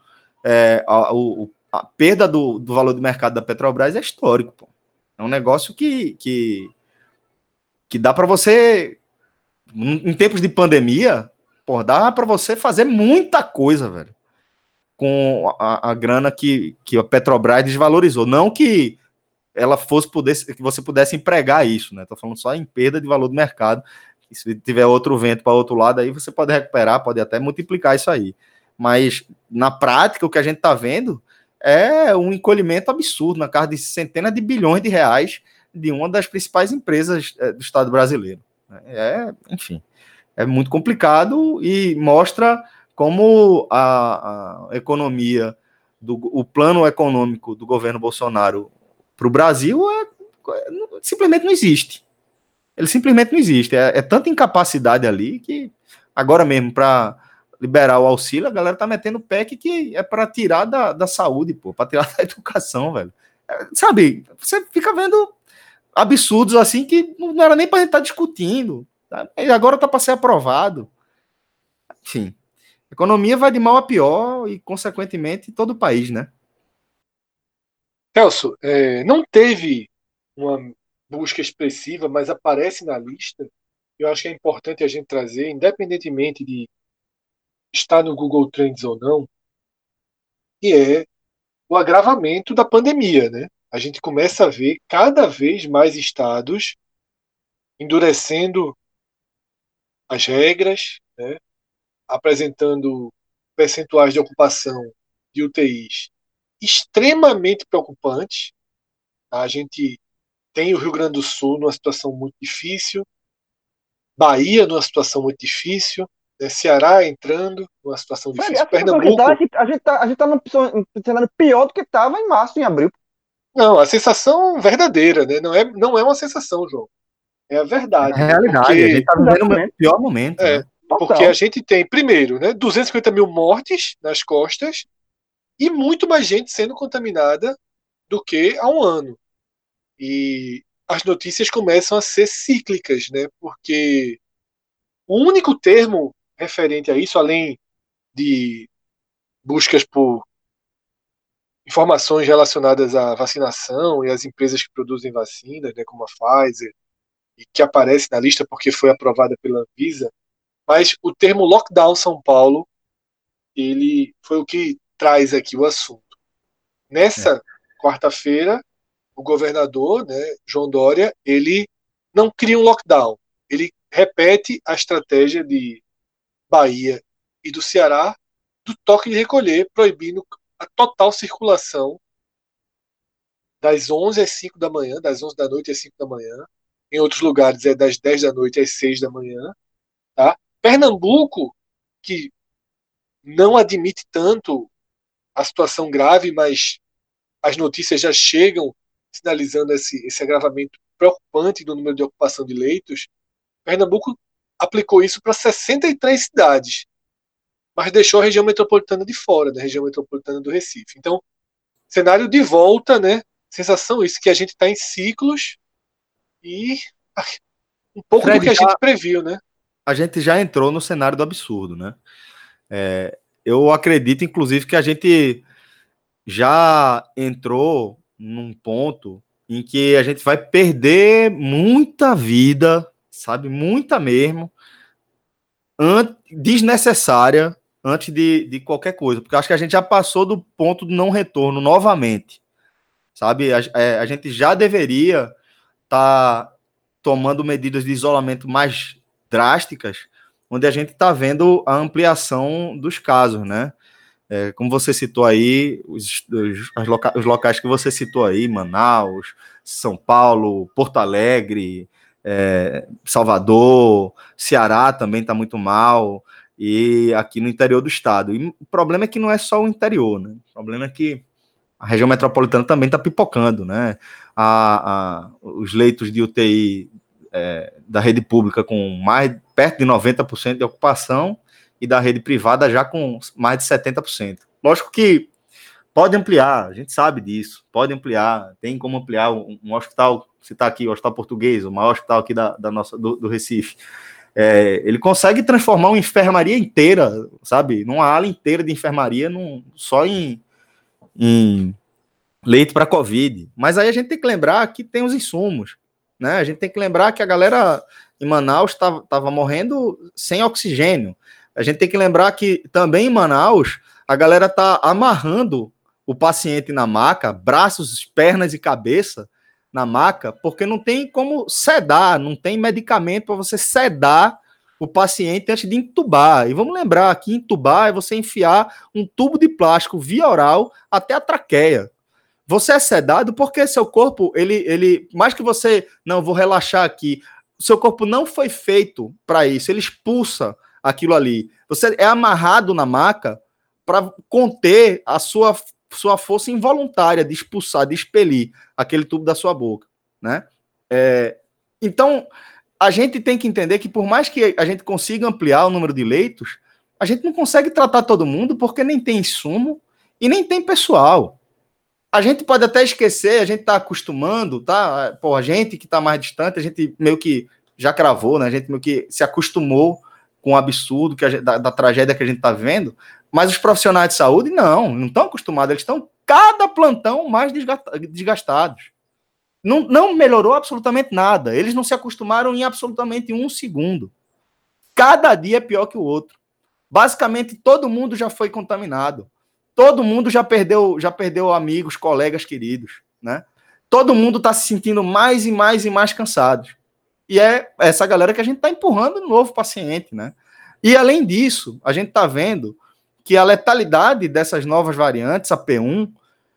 A perda do valor de mercado da Petrobras é histórico, pô. É um negócio que dá para você, em tempos de pandemia, pô, dá para você fazer muita coisa, velho, com a grana que a Petrobras desvalorizou. Não que ela que você pudesse empregar isso, né? Tô falando só em perda de valor do mercado. E se tiver outro vento para outro lado, aí você pode recuperar, pode até multiplicar isso aí. Mas, na prática, o que a gente está vendo é um encolhimento absurdo na casa de centenas de bilhões de reais de uma das principais empresas do Estado brasileiro. Enfim, é muito complicado e mostra como a economia, o plano econômico do governo Bolsonaro para o Brasil simplesmente não existe. Ele simplesmente não existe. É tanta incapacidade ali que agora mesmo, para liberar o auxílio, a galera tá metendo PEC que é para tirar da saúde, pô, para tirar da educação, velho. Sabe, você fica vendo absurdos assim que não era nem para gente estar discutindo. Tá? E agora tá para ser aprovado. Enfim, a economia vai de mal a pior e, consequentemente, todo o país, né? Celso, não teve uma busca expressiva, mas aparece na lista. Eu acho que é importante a gente trazer, independentemente de estar no Google Trends ou não, que é o agravamento da pandemia, né? A gente começa a ver cada vez mais estados endurecendo as regras, apresentando percentuais de ocupação de UTIs extremamente preocupantes. A gente tem o Rio Grande do Sul numa situação muito difícil, Bahia numa situação muito difícil, né? Ceará entrando numa situação difícil, A situação que Pernambuco. a gente tá num cenário pior do que estava em março, em abril. Não, a sensação verdadeira, né? Não é uma sensação, João. É a É verdade, a né? realidade, a gente Porque, tá vivendo o Exatamente. pior momento, é, né? porque a Total. gente tem, primeiro, né, 250 mil mortes nas costas e muito mais gente sendo contaminada do que há um ano. E as notícias começam a ser cíclicas, né? Porque o único termo referente a isso, além de buscas por informações relacionadas à vacinação e às empresas que produzem vacinas, né, como a Pfizer, e que aparece na lista porque foi aprovada pela Anvisa, mas o termo lockdown São Paulo, ele foi o que traz aqui o assunto. Nessa quarta-feira, o governador, né, João Dória, ele não cria um lockdown, ele repete a estratégia de Bahia e do Ceará do toque de recolher, proibindo a total circulação das 11 às 5 da manhã, das 11 da noite às 5 da manhã. Em outros lugares é das 10 da noite às 6 da manhã. Tá? Pernambuco, que não admite tanto a situação grave, mas as notícias já chegam sinalizando esse agravamento preocupante do número de ocupação de leitos. Pernambuco aplicou isso para 63 cidades, mas deixou a região metropolitana de fora, da região metropolitana do Recife. Então, cenário de volta, né? Sensação isso, que a gente está em ciclos e um pouco do Fred, que a gente previu, né? a gente já entrou no cenário do absurdo, né? Eu acredito, inclusive, que a gente já entrou num ponto em que a gente vai perder muita vida, sabe? Muita mesmo, desnecessária antes de qualquer coisa, porque eu acho que a gente já passou do ponto de não retorno novamente, sabe? A gente já deveria estar tomando medidas de isolamento mais drásticas, onde a gente está vendo a ampliação dos casos, né? Como você citou aí, os locais que você citou aí, Manaus, São Paulo, Porto Alegre, Salvador, Ceará também está muito mal, e aqui no interior do estado. E o problema é que não é só o interior, né? O problema é que a região metropolitana também está pipocando, né? Os leitos de UTI da rede pública com perto de 90% de ocupação e da rede privada já com mais de 70%. Lógico que pode ampliar, a gente sabe disso, pode ampliar, tem como ampliar um hospital, citar aqui o Hospital Português, o maior hospital aqui do Recife. Ele consegue transformar uma enfermaria inteira, sabe? Numa ala inteira de enfermaria, só em leito para Covid. Mas aí a gente tem que lembrar que tem os insumos, né? A gente tem que lembrar que a galera em Manaus estava morrendo sem oxigênio. A gente tem que lembrar que também em Manaus a galera está amarrando o paciente na maca, braços, pernas e cabeça na maca, porque não tem como sedar, não tem medicamento para você sedar o paciente antes de entubar. E vamos lembrar que entubar é você enfiar um tubo de plástico via oral até a traqueia. Você é sedado porque seu corpo, ele mais que você, não, vou relaxar aqui, seu corpo não foi feito para isso, ele expulsa aquilo ali. Você é amarrado na maca para conter a sua força involuntária de expulsar, de expelir aquele tubo da sua boca, né? Então, a gente tem que entender que por mais que a gente consiga ampliar o número de leitos, a gente não consegue tratar todo mundo porque nem tem insumo e nem tem pessoal. A gente pode até esquecer, a gente está acostumando, tá? Pô, a gente que está mais distante, a gente meio que já cravou, né? A gente meio que se acostumou com o absurdo da tragédia que a gente está vendo, mas os profissionais de saúde não estão acostumados, eles estão cada plantão mais desgastados. Não melhorou absolutamente nada, eles não se acostumaram em absolutamente um segundo. Cada dia é pior que o outro. Basicamente, todo mundo já foi contaminado. Todo mundo já perdeu amigos, colegas queridos, né? Todo mundo está se sentindo mais e mais e mais cansados. E é essa galera que a gente está empurrando no novo paciente, né? E além disso, a gente está vendo que a letalidade dessas novas variantes, a P1,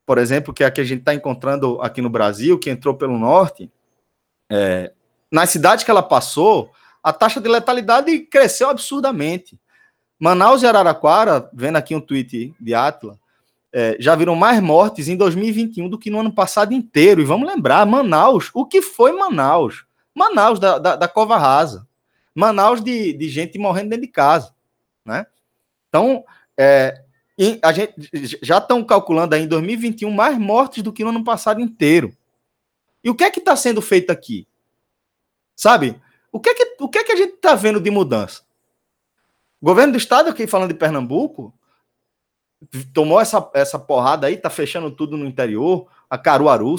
por exemplo, que é a que a gente está encontrando aqui no Brasil, que entrou pelo norte, nas cidades que ela passou, a taxa de letalidade cresceu absurdamente. Manaus e Araraquara, vendo aqui um tweet de Atila, já viram mais mortes em 2021 do que no ano passado inteiro. E vamos lembrar, Manaus, o que foi Manaus? Manaus da cova rasa. Manaus de gente morrendo dentro de casa. Né? Então, a gente já estão calculando aí em 2021 mais mortes do que no ano passado inteiro. E o que é que está sendo feito aqui? Sabe? O que é que a gente está vendo de mudança? O governo do estado, aqui falando de Pernambuco, tomou essa porrada aí, está fechando tudo no interior. A Caruaru,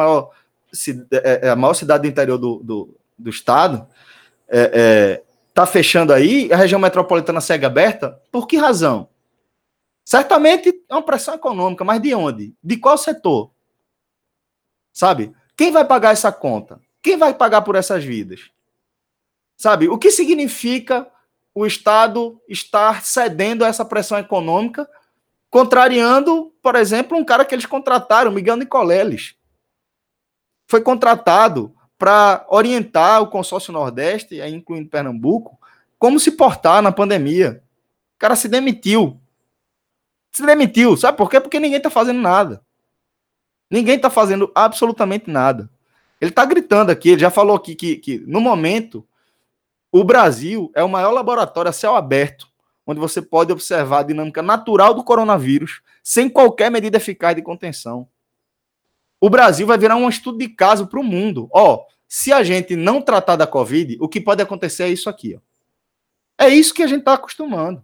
a maior cidade do interior do estado, está fechando aí. A região metropolitana segue aberta. Por que razão? Certamente é uma pressão econômica, mas de onde? De qual setor? Sabe? Quem vai pagar essa conta? Quem vai pagar por essas vidas? Sabe? O que significa o Estado estar cedendo a essa pressão econômica, contrariando, por exemplo, um cara que eles contrataram, Miguel Nicoleles. Foi contratado para orientar o consórcio Nordeste, incluindo Pernambuco, como se portar na pandemia. O cara se demitiu. Sabe por quê? Porque ninguém está fazendo nada. Ninguém está fazendo absolutamente nada. Ele está gritando aqui, ele já falou aqui que no momento, o Brasil é o maior laboratório a céu aberto, onde você pode observar a dinâmica natural do coronavírus, sem qualquer medida eficaz de contenção. O Brasil vai virar um estudo de caso para o mundo. Se a gente não tratar da Covid, o que pode acontecer é isso aqui. É isso que a gente está acostumando.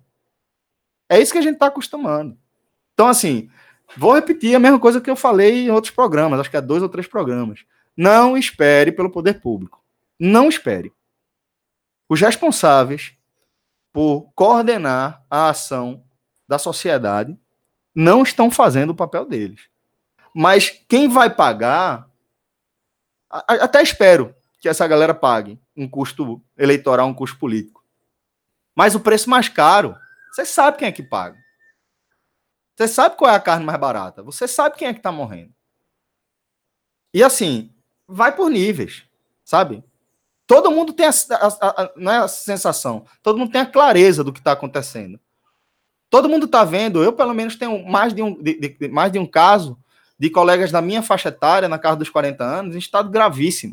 Então, assim, vou repetir a mesma coisa que eu falei em outros programas, acho que é 2 ou 3 programas. Não espere pelo poder público. Não espere. Os responsáveis por coordenar a ação da sociedade não estão fazendo o papel deles. Mas quem vai pagar, até espero que essa galera pague um custo eleitoral, um custo político. Mas o preço mais caro, você sabe quem é que paga. Você sabe qual é a carne mais barata. Você sabe quem é que está morrendo. E assim, vai por níveis, sabe? Todo mundo tem não é a sensação, todo mundo tem a clareza do que está acontecendo. Todo mundo está vendo, eu pelo menos tenho mais de um caso de colegas da minha faixa etária, na casa dos 40 anos, em estado gravíssimo.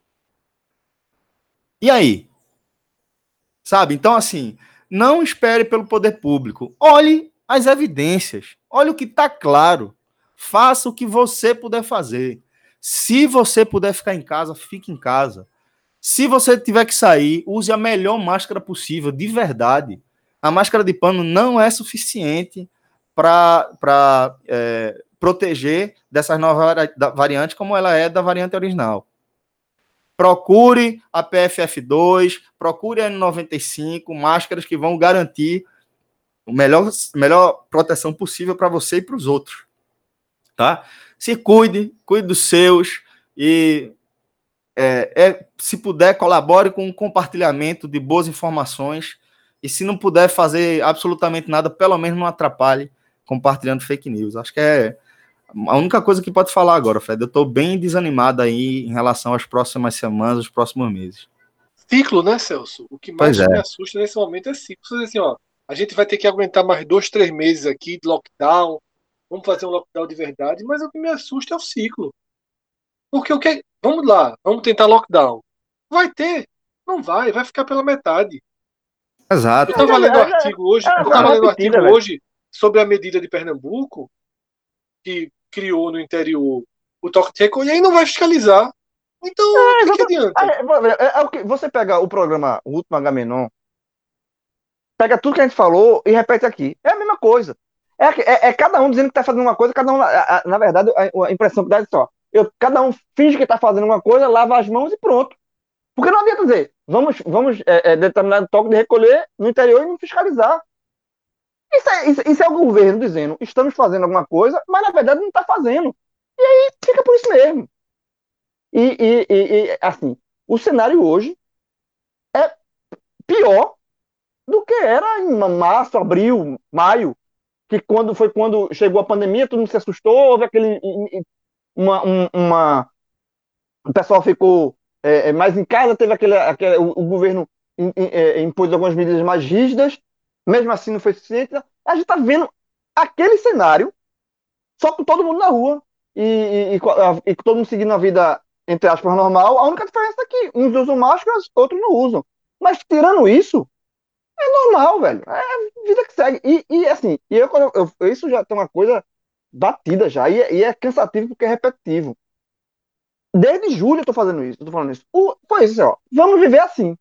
E aí? Sabe? Então, assim, não espere pelo poder público. Olhe as evidências. Olhe o que está claro. Faça o que você puder fazer. Se você puder ficar em casa, fique em casa. Se você tiver que sair, use a melhor máscara possível, de verdade. A máscara de pano não é suficiente para proteger dessas novas variantes, como ela é da variante original. Procure a PFF2, procure a N95, máscaras que vão garantir a melhor proteção possível para você e para os outros. Tá? Se cuide dos seus e se puder, colabore com o compartilhamento de boas informações e se não puder fazer absolutamente nada, pelo menos não atrapalhe compartilhando fake news. Acho que é a única coisa que pode falar agora, Fred. Eu estou bem desanimado aí em relação às próximas semanas, aos próximos meses. Ciclo, né, Celso? O que mais me assusta nesse momento é ciclo. Assim, a gente vai ter que aguentar mais 2, 3 meses aqui de lockdown, vamos fazer um lockdown de verdade, mas o que me assusta é o ciclo. Porque vamos lá, vamos tentar lockdown. Vai ter? Não vai ficar pela metade. Exato. Eu estava lendo um artigo hoje sobre a medida de Pernambuco, que criou no interior o toque de recolher e não vai fiscalizar. Então, o que adianta? Você pega o programa O Último Agamenon, pega tudo que a gente falou e repete aqui. É a mesma coisa. É cada um dizendo que está fazendo uma coisa, cada um, na verdade, a impressão que dá é só. Cada um finge que está fazendo uma coisa, lava as mãos e pronto. Porque não adianta dizer, vamos determinar o toque de recolher no interior e não fiscalizar. Isso é o governo dizendo, estamos fazendo alguma coisa, mas na verdade não está fazendo. E aí fica por isso mesmo. E assim, o cenário hoje é pior do que era em março, abril, maio, que quando chegou a pandemia, todo mundo se assustou, houve uma o pessoal ficou mais em casa, teve o governo impôs algumas medidas mais rígidas, mesmo assim não foi suficiente. A gente está vendo aquele cenário, só com todo mundo na rua e todo mundo seguindo a vida, entre aspas, normal. A única diferença é que uns usam máscara, outros não usam. Mas tirando isso, é normal, velho. É a vida que segue. Assim, isso já tem uma coisa batida já, e é cansativo porque é repetitivo. Desde julho eu tô fazendo isso, eu tô falando isso. Foi isso, ó. Vamos viver assim.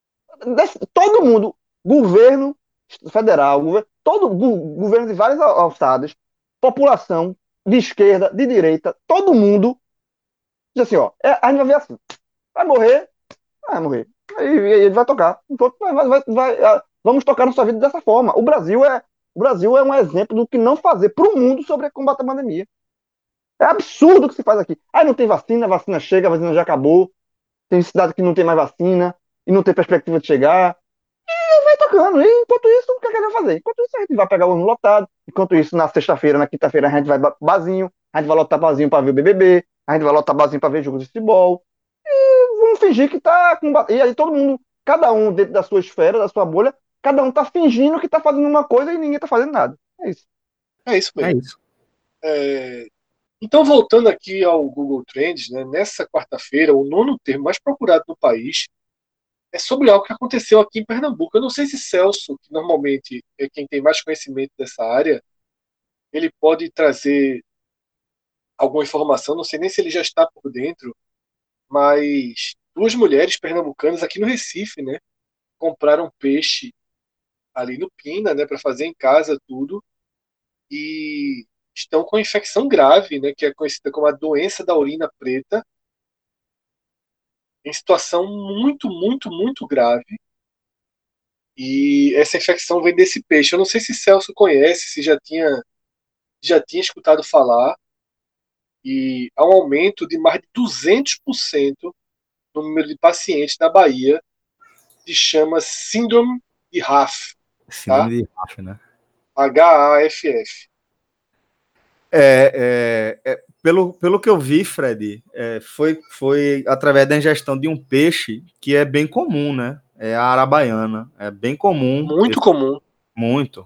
Todo mundo, governo federal, governo de várias alçadas, população de esquerda, de direita, todo mundo diz assim, ó, a gente vai ver assim. Vai morrer. E ele vai tocar. Então, vamos tocar nossa vida dessa forma. O Brasil é um exemplo do que não fazer para o mundo sobre combate à pandemia. É absurdo o que se faz aqui. Aí não tem vacina, a vacina chega, a vacina já acabou. Tem cidade que não tem mais vacina e não tem perspectiva de chegar. E vai tocando. E enquanto isso, o que a gente vai fazer? Enquanto isso, a gente vai pegar o ônibus lotado. Enquanto isso, na sexta-feira, na quinta-feira, a gente vai barzinho. A gente vai lotar barzinho para ver o BBB. A gente vai lotar barzinho para ver jogo de futebol. Vamos fingir que tá com. E aí todo mundo, cada um dentro da sua esfera, da sua bolha, cada um tá fingindo que tá fazendo uma coisa e ninguém tá fazendo nada. É isso. É isso É mesmo. isso. Então, voltando aqui ao Google Trends, né, nessa quarta-feira, o 9º termo mais procurado no país é sobre algo que aconteceu aqui em Pernambuco. Eu não sei se Celso, que normalmente é quem tem mais conhecimento dessa área, ele pode trazer alguma informação, não sei nem se ele já está por dentro, mas 2 mulheres pernambucanas aqui no Recife, né, compraram peixe ali no Pina, né, para fazer em casa tudo, e estão com infecção grave, né, que é conhecida como a doença da urina preta, em situação muito, muito, muito grave. E essa infecção vem desse peixe. Eu não sei se Celso conhece, se já tinha escutado falar. E há um aumento de mais de 200% no número de pacientes na Bahia que chama Síndrome de Raff. Síndrome de Raff, né? HAFF. Pelo que eu vi, Fred, foi através da ingestão de um peixe que é bem comum, né? É a arabaiana. É bem comum. Muito comum. Muito.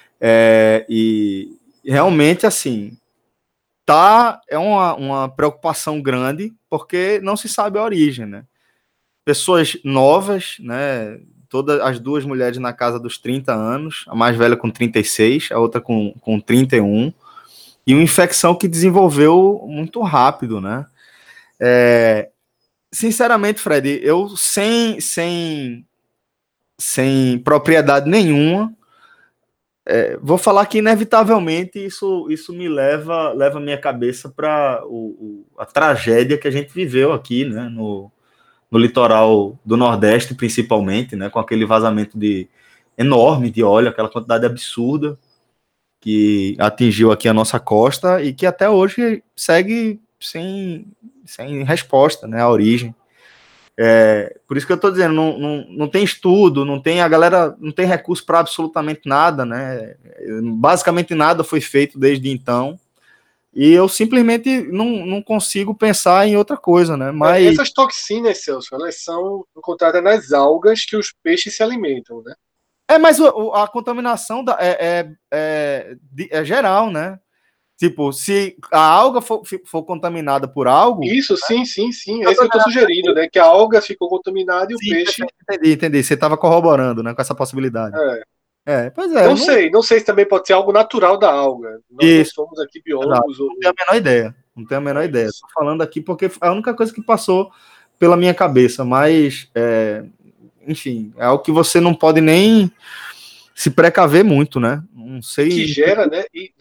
E realmente, assim, é uma preocupação grande, porque não se sabe a origem, né? Pessoas novas, né? Todas as 2 mulheres na casa dos 30 anos, a mais velha com 36, a outra com 31, e uma infecção que desenvolveu muito rápido, né? Sinceramente, Fred, eu sem propriedade nenhuma, vou falar que inevitavelmente isso me leva a minha cabeça para a tragédia que a gente viveu aqui, né? No litoral do Nordeste, principalmente, né? Com aquele vazamento enorme de óleo, aquela quantidade absurda que atingiu aqui a nossa costa e que até hoje segue sem resposta, né, a origem. Por isso que eu estou dizendo, não tem estudo, a galera não tem recurso para absolutamente nada, né? Basicamente nada foi feito desde então, e eu simplesmente não consigo pensar em outra coisa, né? Mas essas toxinas, Celso, elas são encontradas nas algas que os peixes se alimentam, né? Mas a contaminação é geral, né? Tipo, se a alga for contaminada por algo... Isso, sim. É isso que eu estou sugerindo, né? Que a alga ficou contaminada e o peixe... Entendi. Você estava corroborando, né, com essa possibilidade. Pois é. Não sei se também pode ser algo natural da alga. Nós não somos aqui biólogos. Não tenho a menor ideia. Estou falando aqui porque é a única coisa que passou pela minha cabeça, mas... enfim, é algo que você não pode nem se precaver muito, né? Não sei. Que gera, né? E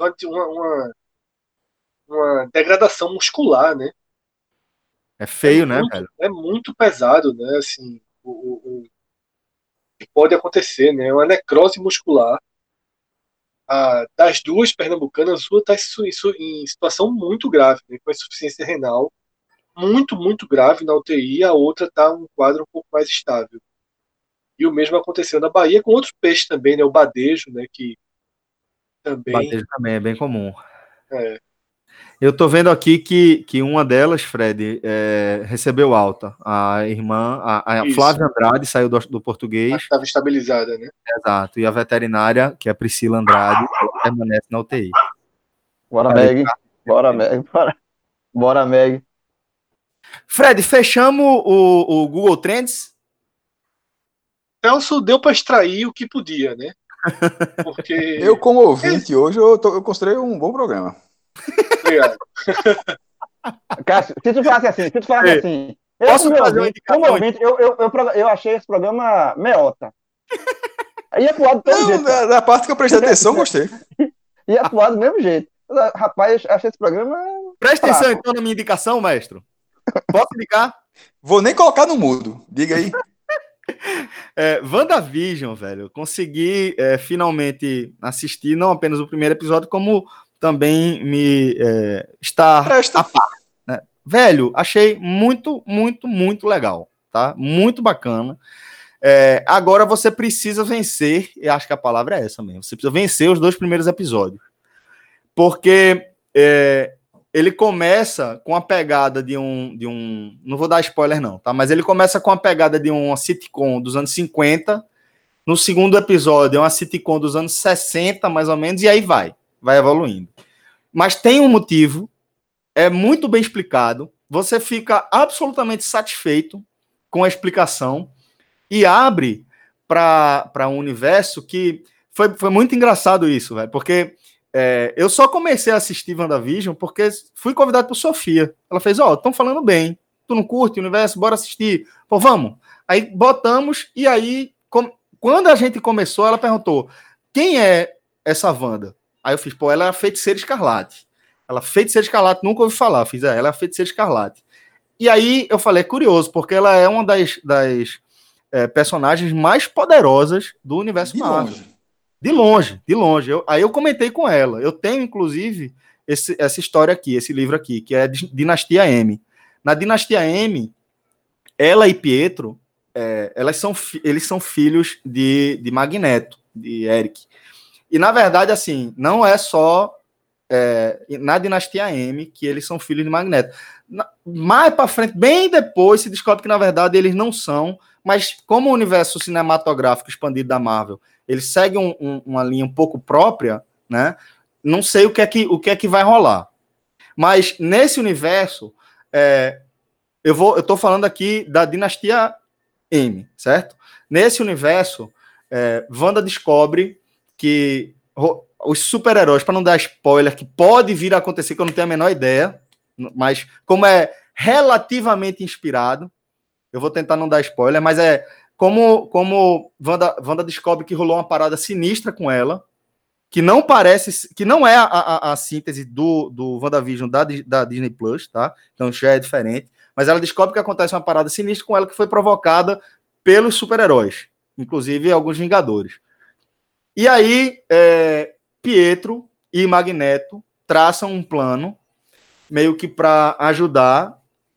uma degradação muscular, né? É feio, né, velho? É muito pesado, né? Assim, o que pode acontecer, né? Uma necrose muscular. Das 2 pernambucanas, uma está em situação muito grave, né? Com insuficiência renal muito, muito grave na UTI, a outra está um quadro um pouco mais estável. E o mesmo aconteceu na Bahia com outros peixes também, né? O badejo, né? Que também. Batejo também é bem comum. É. Eu tô vendo aqui que uma delas, Fred, recebeu alta. A irmã, a Isso. Flávia Andrade, saiu do português. Estava estabilizada, né? Exato. E a veterinária, que é a Priscila Andrade, ela permanece na UTI. Bora, Valeu. Meg. Bora, Meg. Bora, Meg. Fred, fechamos o Google Trends? Celso deu para extrair o que podia, né? Porque. Eu, como ouvinte, hoje eu considerei um bom programa. Obrigado. Cássio, se tu falasse assim, eu Posso como fazer uma ouvinte, indicação? eu achei esse programa meota. Ia pro lado do mesmo jeito. Não, da parte que eu prestei atenção, gostei. Ia pro lado do mesmo jeito. Rapaz, eu achei esse programa. Presta atenção fraco. então na minha indicação, mestre. Posso indicar? Vou nem colocar no mudo. Diga aí. WandaVision, velho. Eu consegui finalmente assistir não apenas o primeiro episódio, como também me estar Presta. a par, né? Velho, achei muito, muito, muito legal, tá? Muito bacana. Agora você precisa vencer, eu acho que a palavra é essa mesmo, você precisa vencer os 2 primeiros episódios. Porque ele começa com a pegada de um. Não vou dar spoiler, não, tá? Mas ele começa com a pegada de uma sitcom dos anos 50. No segundo episódio, é uma sitcom dos anos 60, mais ou menos, e aí vai evoluindo. Mas tem um motivo, é muito bem explicado, você fica absolutamente satisfeito com a explicação e abre para um universo que foi muito engraçado isso, velho, porque eu só comecei a assistir WandaVision porque fui convidado por Sofia. Ela fez, estão falando bem, tu não curte o universo, bora assistir. Pô, vamos. Aí botamos, e aí, quando a gente começou, ela perguntou, quem é essa Wanda? Aí eu fiz, ela é a Feiticeira Escarlate. Ela, Feiticeira Escarlate, nunca ouvi falar. Eu fiz, ela é a Feiticeira Escarlate. E aí eu falei, curioso, porque ela é uma das personagens mais poderosas do universo Marvel. De longe. Aí eu comentei com ela. Eu tenho, inclusive, essa história aqui, esse livro aqui, que é Dinastia M. Na Dinastia M, ela e Pietro, eles são filhos de Magneto, de Eric. E, na verdade, assim, não é só na Dinastia M que eles são filhos de Magneto. Mais para frente, bem depois, se descobre que, na verdade, eles não são, mas como o universo cinematográfico expandido da Marvel ele segue uma linha um pouco própria, né? Não sei o que é que vai rolar. Mas nesse universo, eu estou falando aqui da Dinastia M, certo? Nesse universo, Wanda descobre que os super-heróis, para não dar spoiler, que pode vir a acontecer, que eu não tenho a menor ideia, mas como é relativamente inspirado, eu vou tentar não dar spoiler, mas como Wanda descobre que rolou uma parada sinistra com ela, que não é a síntese do WandaVision da Disney Plus, tá? Então já é diferente. Mas ela descobre que acontece uma parada sinistra com ela que foi provocada pelos super-heróis, inclusive alguns Vingadores. E aí, Pietro e Magneto traçam um plano meio que para ajudar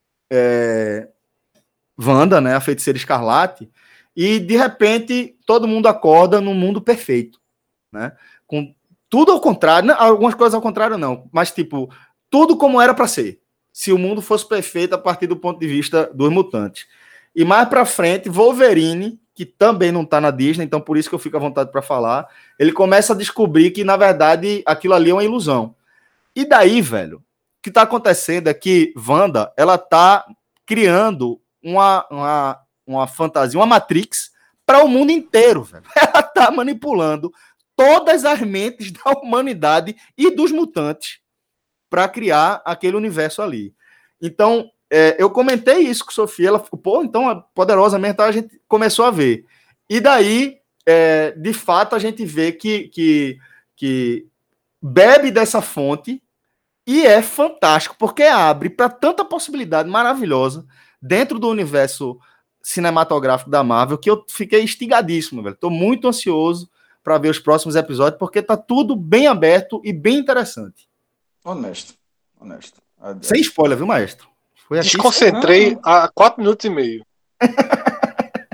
Wanda, né, a Feiticeira Escarlate, e de repente todo mundo acorda num mundo perfeito, né? Com tudo ao contrário, não, algumas coisas ao contrário não, mas tipo, tudo como era para ser. Se o mundo fosse perfeito a partir do ponto de vista dos mutantes. E mais para frente, Wolverine, que também não tá na Disney, então por isso que eu fico à vontade para falar, ele começa a descobrir que na verdade aquilo ali é uma ilusão. E daí, velho, o que tá acontecendo é que Wanda, ela tá criando uma fantasia, uma Matrix para o mundo inteiro, velho. Ela tá manipulando todas as mentes da humanidade e dos mutantes para criar aquele universo ali. Então, eu comentei isso com a Sofia, ela ficou, então é poderosa mesmo, então a gente começou a ver. E daí, de fato, a gente vê que bebe dessa fonte e é fantástico, porque abre para tanta possibilidade maravilhosa dentro do universo cinematográfico da Marvel, que eu fiquei instigadíssimo, velho. Tô muito ansioso para ver os próximos episódios, porque tá tudo bem aberto e bem interessante. Honesto. Sem spoiler, viu, maestro? Foi aqui. Desconcentrei há 4 minutos e meio.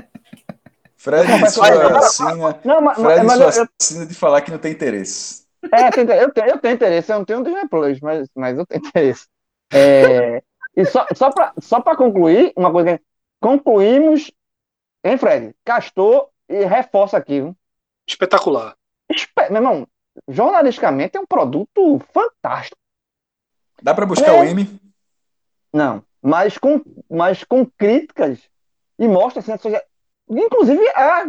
Fred, sua sina de falar que não tem interesse. Eu tenho interesse, eu não tenho um Disney Plus, mas eu tenho interesse. E só para concluir, uma coisa que concluímos, hein, Fred? Castor e reforça aqui, viu? Espetacular. Meu irmão, jornalisticamente é um produto fantástico. Dá pra buscar o M? Não, mas com críticas e mostra assim, inclusive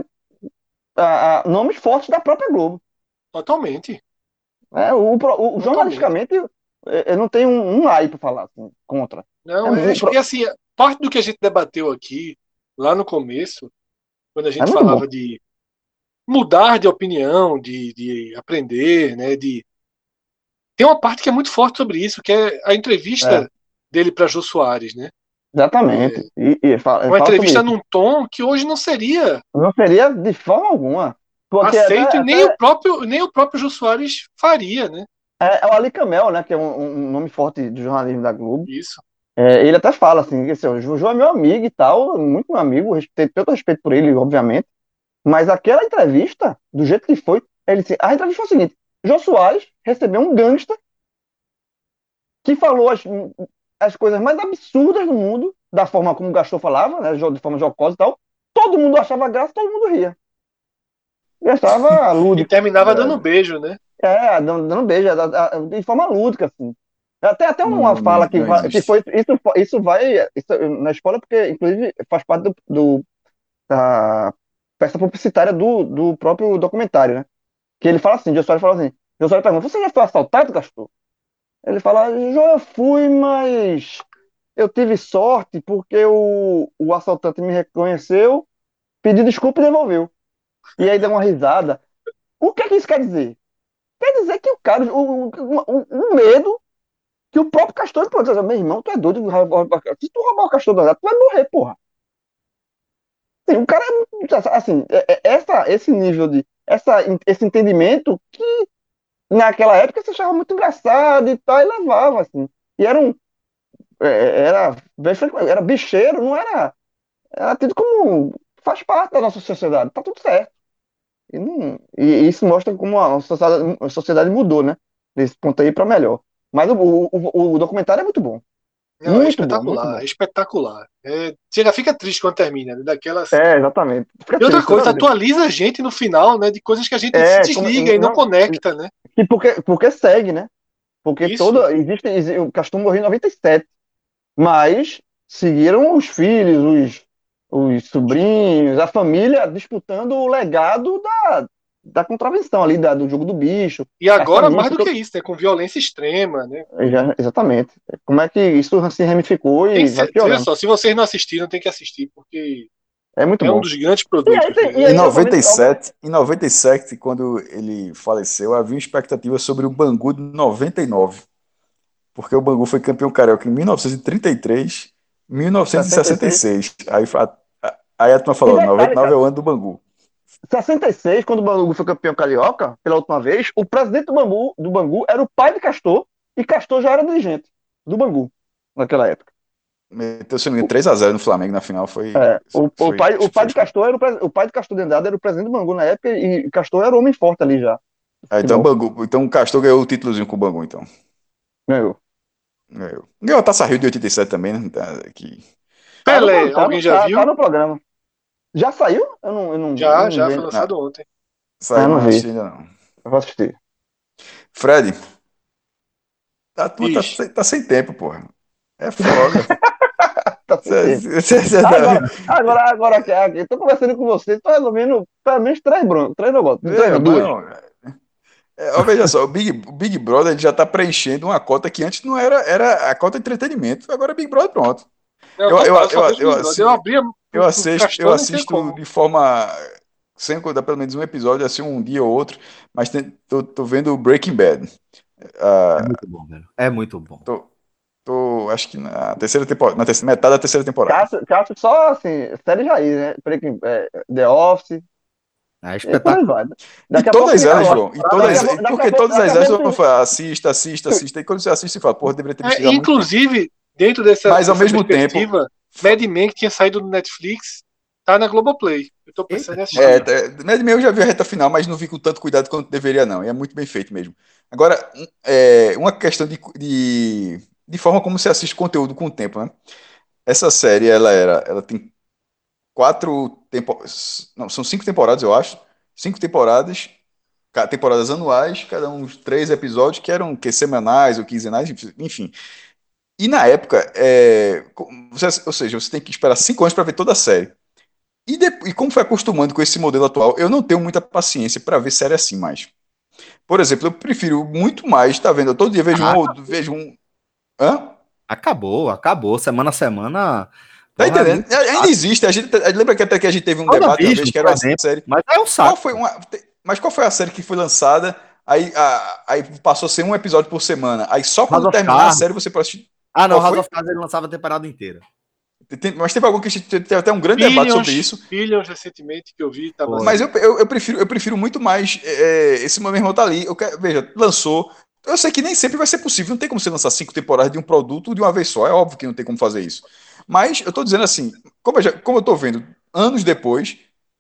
a nomes fortes da própria Globo. Totalmente. Jornalisticamente, eu não tenho um ai para falar assim, contra. Não, e assim, parte do que a gente debateu aqui, lá no começo, quando a gente falava de mudar de opinião, de aprender, né? Tem uma parte que é muito forte sobre isso, que é a entrevista dele para Jô Soares, né? Exatamente. Uma entrevista num tom que hoje não seria. Não seria de forma alguma. Aceito, e nem o próprio Jô Soares faria, né? É o Ali Camel, né? Que é um nome forte do jornalismo da Globo. Isso. Ele até fala assim, que assim, o Jô é meu amigo e tal, muito meu amigo, tenho todo respeito por ele, obviamente. Mas aquela entrevista, do jeito que foi, ele disse, a entrevista foi o seguinte: Jô Soares recebeu um gangster que falou as coisas mais absurdas do mundo, da forma como o Gaston falava, né, de forma jocosa e tal. Todo mundo achava graça, todo mundo ria. E achava lúdico. E terminava dando beijo, né? Dando beijo, de forma lúdica, assim. Até uma fala que foi. Isso na escola, porque, inclusive, faz parte da peça publicitária do próprio documentário, né? Que ele fala assim, Jô Soares fala assim, Jô Soares pergunta, você já foi assaltado, Castor? Ele fala, Jô, eu fui, mas eu tive sorte porque o assaltante me reconheceu, pediu desculpa e devolveu. E aí deu uma risada. O que é que isso quer dizer? Quer dizer que o cara, o medo que o próprio Castor pode dizer, meu irmão, tu é doido, se tu roubar o Castor do tu vai morrer, porra. Assim, o cara, assim, esse nível esse entendimento que naquela época você achava muito engraçado e tal, e levava, assim. E era bicheiro, não era tido como faz parte da nossa sociedade, tá tudo certo. E isso mostra como a sociedade mudou, né? Desse ponto aí para melhor. Mas o documentário é muito bom. Não, muito é espetacular, bom, muito bom. é espetacular. Você já fica triste quando termina, né? Daquelas. Exatamente. E outra coisa, atualiza a gente no final, né? De coisas que a gente se desliga e não conecta, né? E porque segue, né? Porque o Castor morreu em 97. Mas seguiram os filhos, os sobrinhos, a família disputando o legado da contravenção ali, do jogo do bicho. E agora mais do que isso, né? Com violência extrema, né? Exatamente. Como é que isso se ramificou e vai piorando. Olha só, se vocês não assistiram, tem que assistir, porque é muito bom. Um dos grandes produtos. Em 97, quando ele faleceu, havia uma expectativa sobre o Bangu de 99. Porque o Bangu foi campeão carioca em 1933, 1966. Aí a turma falou, 99 é o ano do Bangu. 66, quando o Bangu foi campeão carioca, pela última vez, o presidente do Bangu era o pai de Castor, e Castor já era dirigente do Bangu, naquela época. Meteu, se não me engano, 3-0 no Flamengo na final. O pai de Castor o pai de Castor de Andrade era o presidente do Bangu na época, e Castor era o homem forte ali já. Então o Castor ganhou o títulozinho com o Bangu, então. Ganhou a Taça Rio de 87 também, né? Aqui. Pelé, alguém já viu? Tá no programa. Já saiu? Eu não já foi lançado ontem. Saiu, não assisti ainda não. Eu vou assistir. Fred, tá sem tempo, porra. É foda. Agora aqui, tô conversando com você, tô resolvendo pelo menos três negócios. Duas. Veja só, o Big Brother já tá preenchendo uma cota que antes não era a cota de entretenimento, agora é Big Brother, pronto. Eu assisto de forma sem dar pelo menos um episódio, assim, um dia ou outro, mas tô vendo Breaking Bad. É muito bom, velho. É muito bom. Tô acho que na terceira temporada, metade da terceira temporada. Caso só, assim, série raiz, né? The Office. É espetacular. E todas elas, João. Porque todas elas eu falo, assista. E quando você assiste, você fala, porra, deveria ter visto. Inclusive, dentro dessa. Mas ao mesmo tempo. Mad Men, que tinha saído do Netflix, tá na Globoplay. Eu tô pensando em assistir. Mad Men eu já vi a reta final, mas não vi com tanto cuidado quanto deveria, não. E é muito bem feito mesmo. Agora, uma questão de forma como você assiste conteúdo com o tempo, né? Essa série, ela tem 5 temporadas, eu acho. 5 temporadas, temporadas anuais, cada uns 3 episódios, que eram semanais ou quinzenais, enfim. E na época, ou seja, você tem que esperar 5 anos para ver toda a série. E como foi acostumando com esse modelo atual, eu não tenho muita paciência para ver série assim mais. Por exemplo, eu prefiro muito mais, tá vendo? Eu todo dia vejo um. Hã? Acabou. Semana a semana. Tá entendendo? Ainda existe. A gente lembra que até que a gente teve um debate uma vez que era uma série. Mas é um saco. Mas qual foi a série que foi lançada? Aí passou a ser um episódio por semana. Aí só quando terminar a série você pode assistir. Ah, não, House of Cards ele lançava a temporada inteira. Mas teve algum que teve até um grande debate sobre isso. Billions recentemente que eu vi. Mas eu prefiro muito mais esse meu irmão tá ali. Veja, lançou. Eu sei que nem sempre vai ser possível. Não tem como você lançar 5 temporadas de um produto de uma vez só. É óbvio que não tem como fazer isso. Mas eu tô dizendo assim, como eu tô vendo anos depois,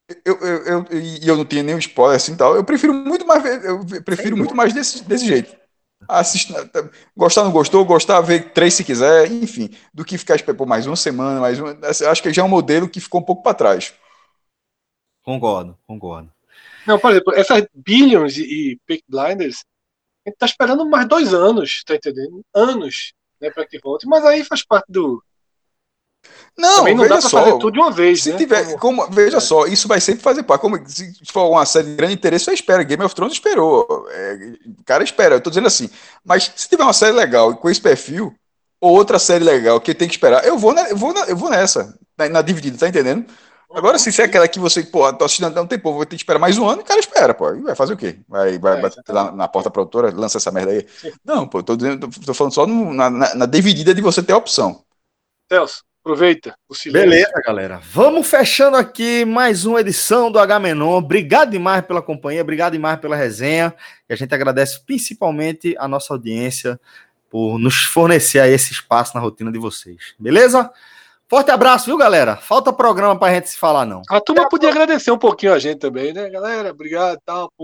eu não tinha nenhum spoiler assim tal, eu prefiro muito mais desse jeito. Assistir, gostar, não gostou, gostar, ver 3 se quiser, enfim, do que ficar esperando por mais uma semana, acho que já é um modelo que ficou um pouco para trás. Concordo. Não, por exemplo, essas Billions e Peaky Blinders, a gente tá esperando mais 2 anos, tá entendendo? Anos, né, para que volte, mas aí faz parte do. Não, também não dá pra fazer tudo de uma vez, se né? Tiver, veja só, isso vai sempre fazer parte. Como, se for uma série de grande interesse, você espera. Game of Thrones esperou. O cara espera. Eu tô dizendo assim. Mas se tiver uma série legal com esse perfil, ou outra série legal que tem que esperar, eu vou nessa. Na dividida, tá entendendo? Agora, se é aquela que você, tô assistindo há um tempo, vou ter que esperar mais um ano, o cara espera, pô. E vai fazer o quê? Vai bater lá na porta produtora, lança essa merda aí? Sim. Não, pô, tô falando só na dividida de você ter a opção. Celso. Aproveita o silêncio. Beleza, galera. Vamos fechando aqui mais uma edição do H-Menon. Obrigado demais pela companhia, obrigado demais pela resenha. E a gente agradece principalmente a nossa audiência por nos fornecer aí esse espaço na rotina de vocês. Beleza? Forte abraço, viu, galera? Falta programa pra gente se falar, não. A turma podia agradecer um pouquinho a gente também, né, galera? Obrigado e tal,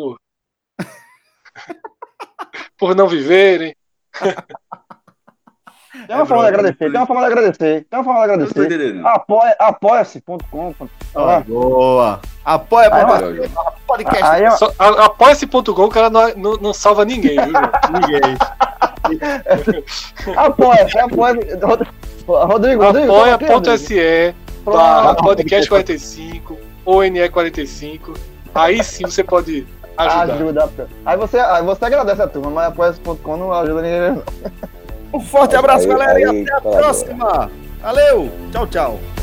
por não viverem. Tem uma forma de agradecer. Apoia-se.com. Boa. Podcast. Apoia-se.com, o cara não salva ninguém, viu? Ninguém. Apoia-se. Rodrigo. Apoia.se podcast 45 ou NE45. Aí sim você pode ajudar. Aí você agradece a turma, mas apoia-se.com não ajuda ninguém, não. Um forte abraço, galera, e até a próxima. Valeu. Tchau.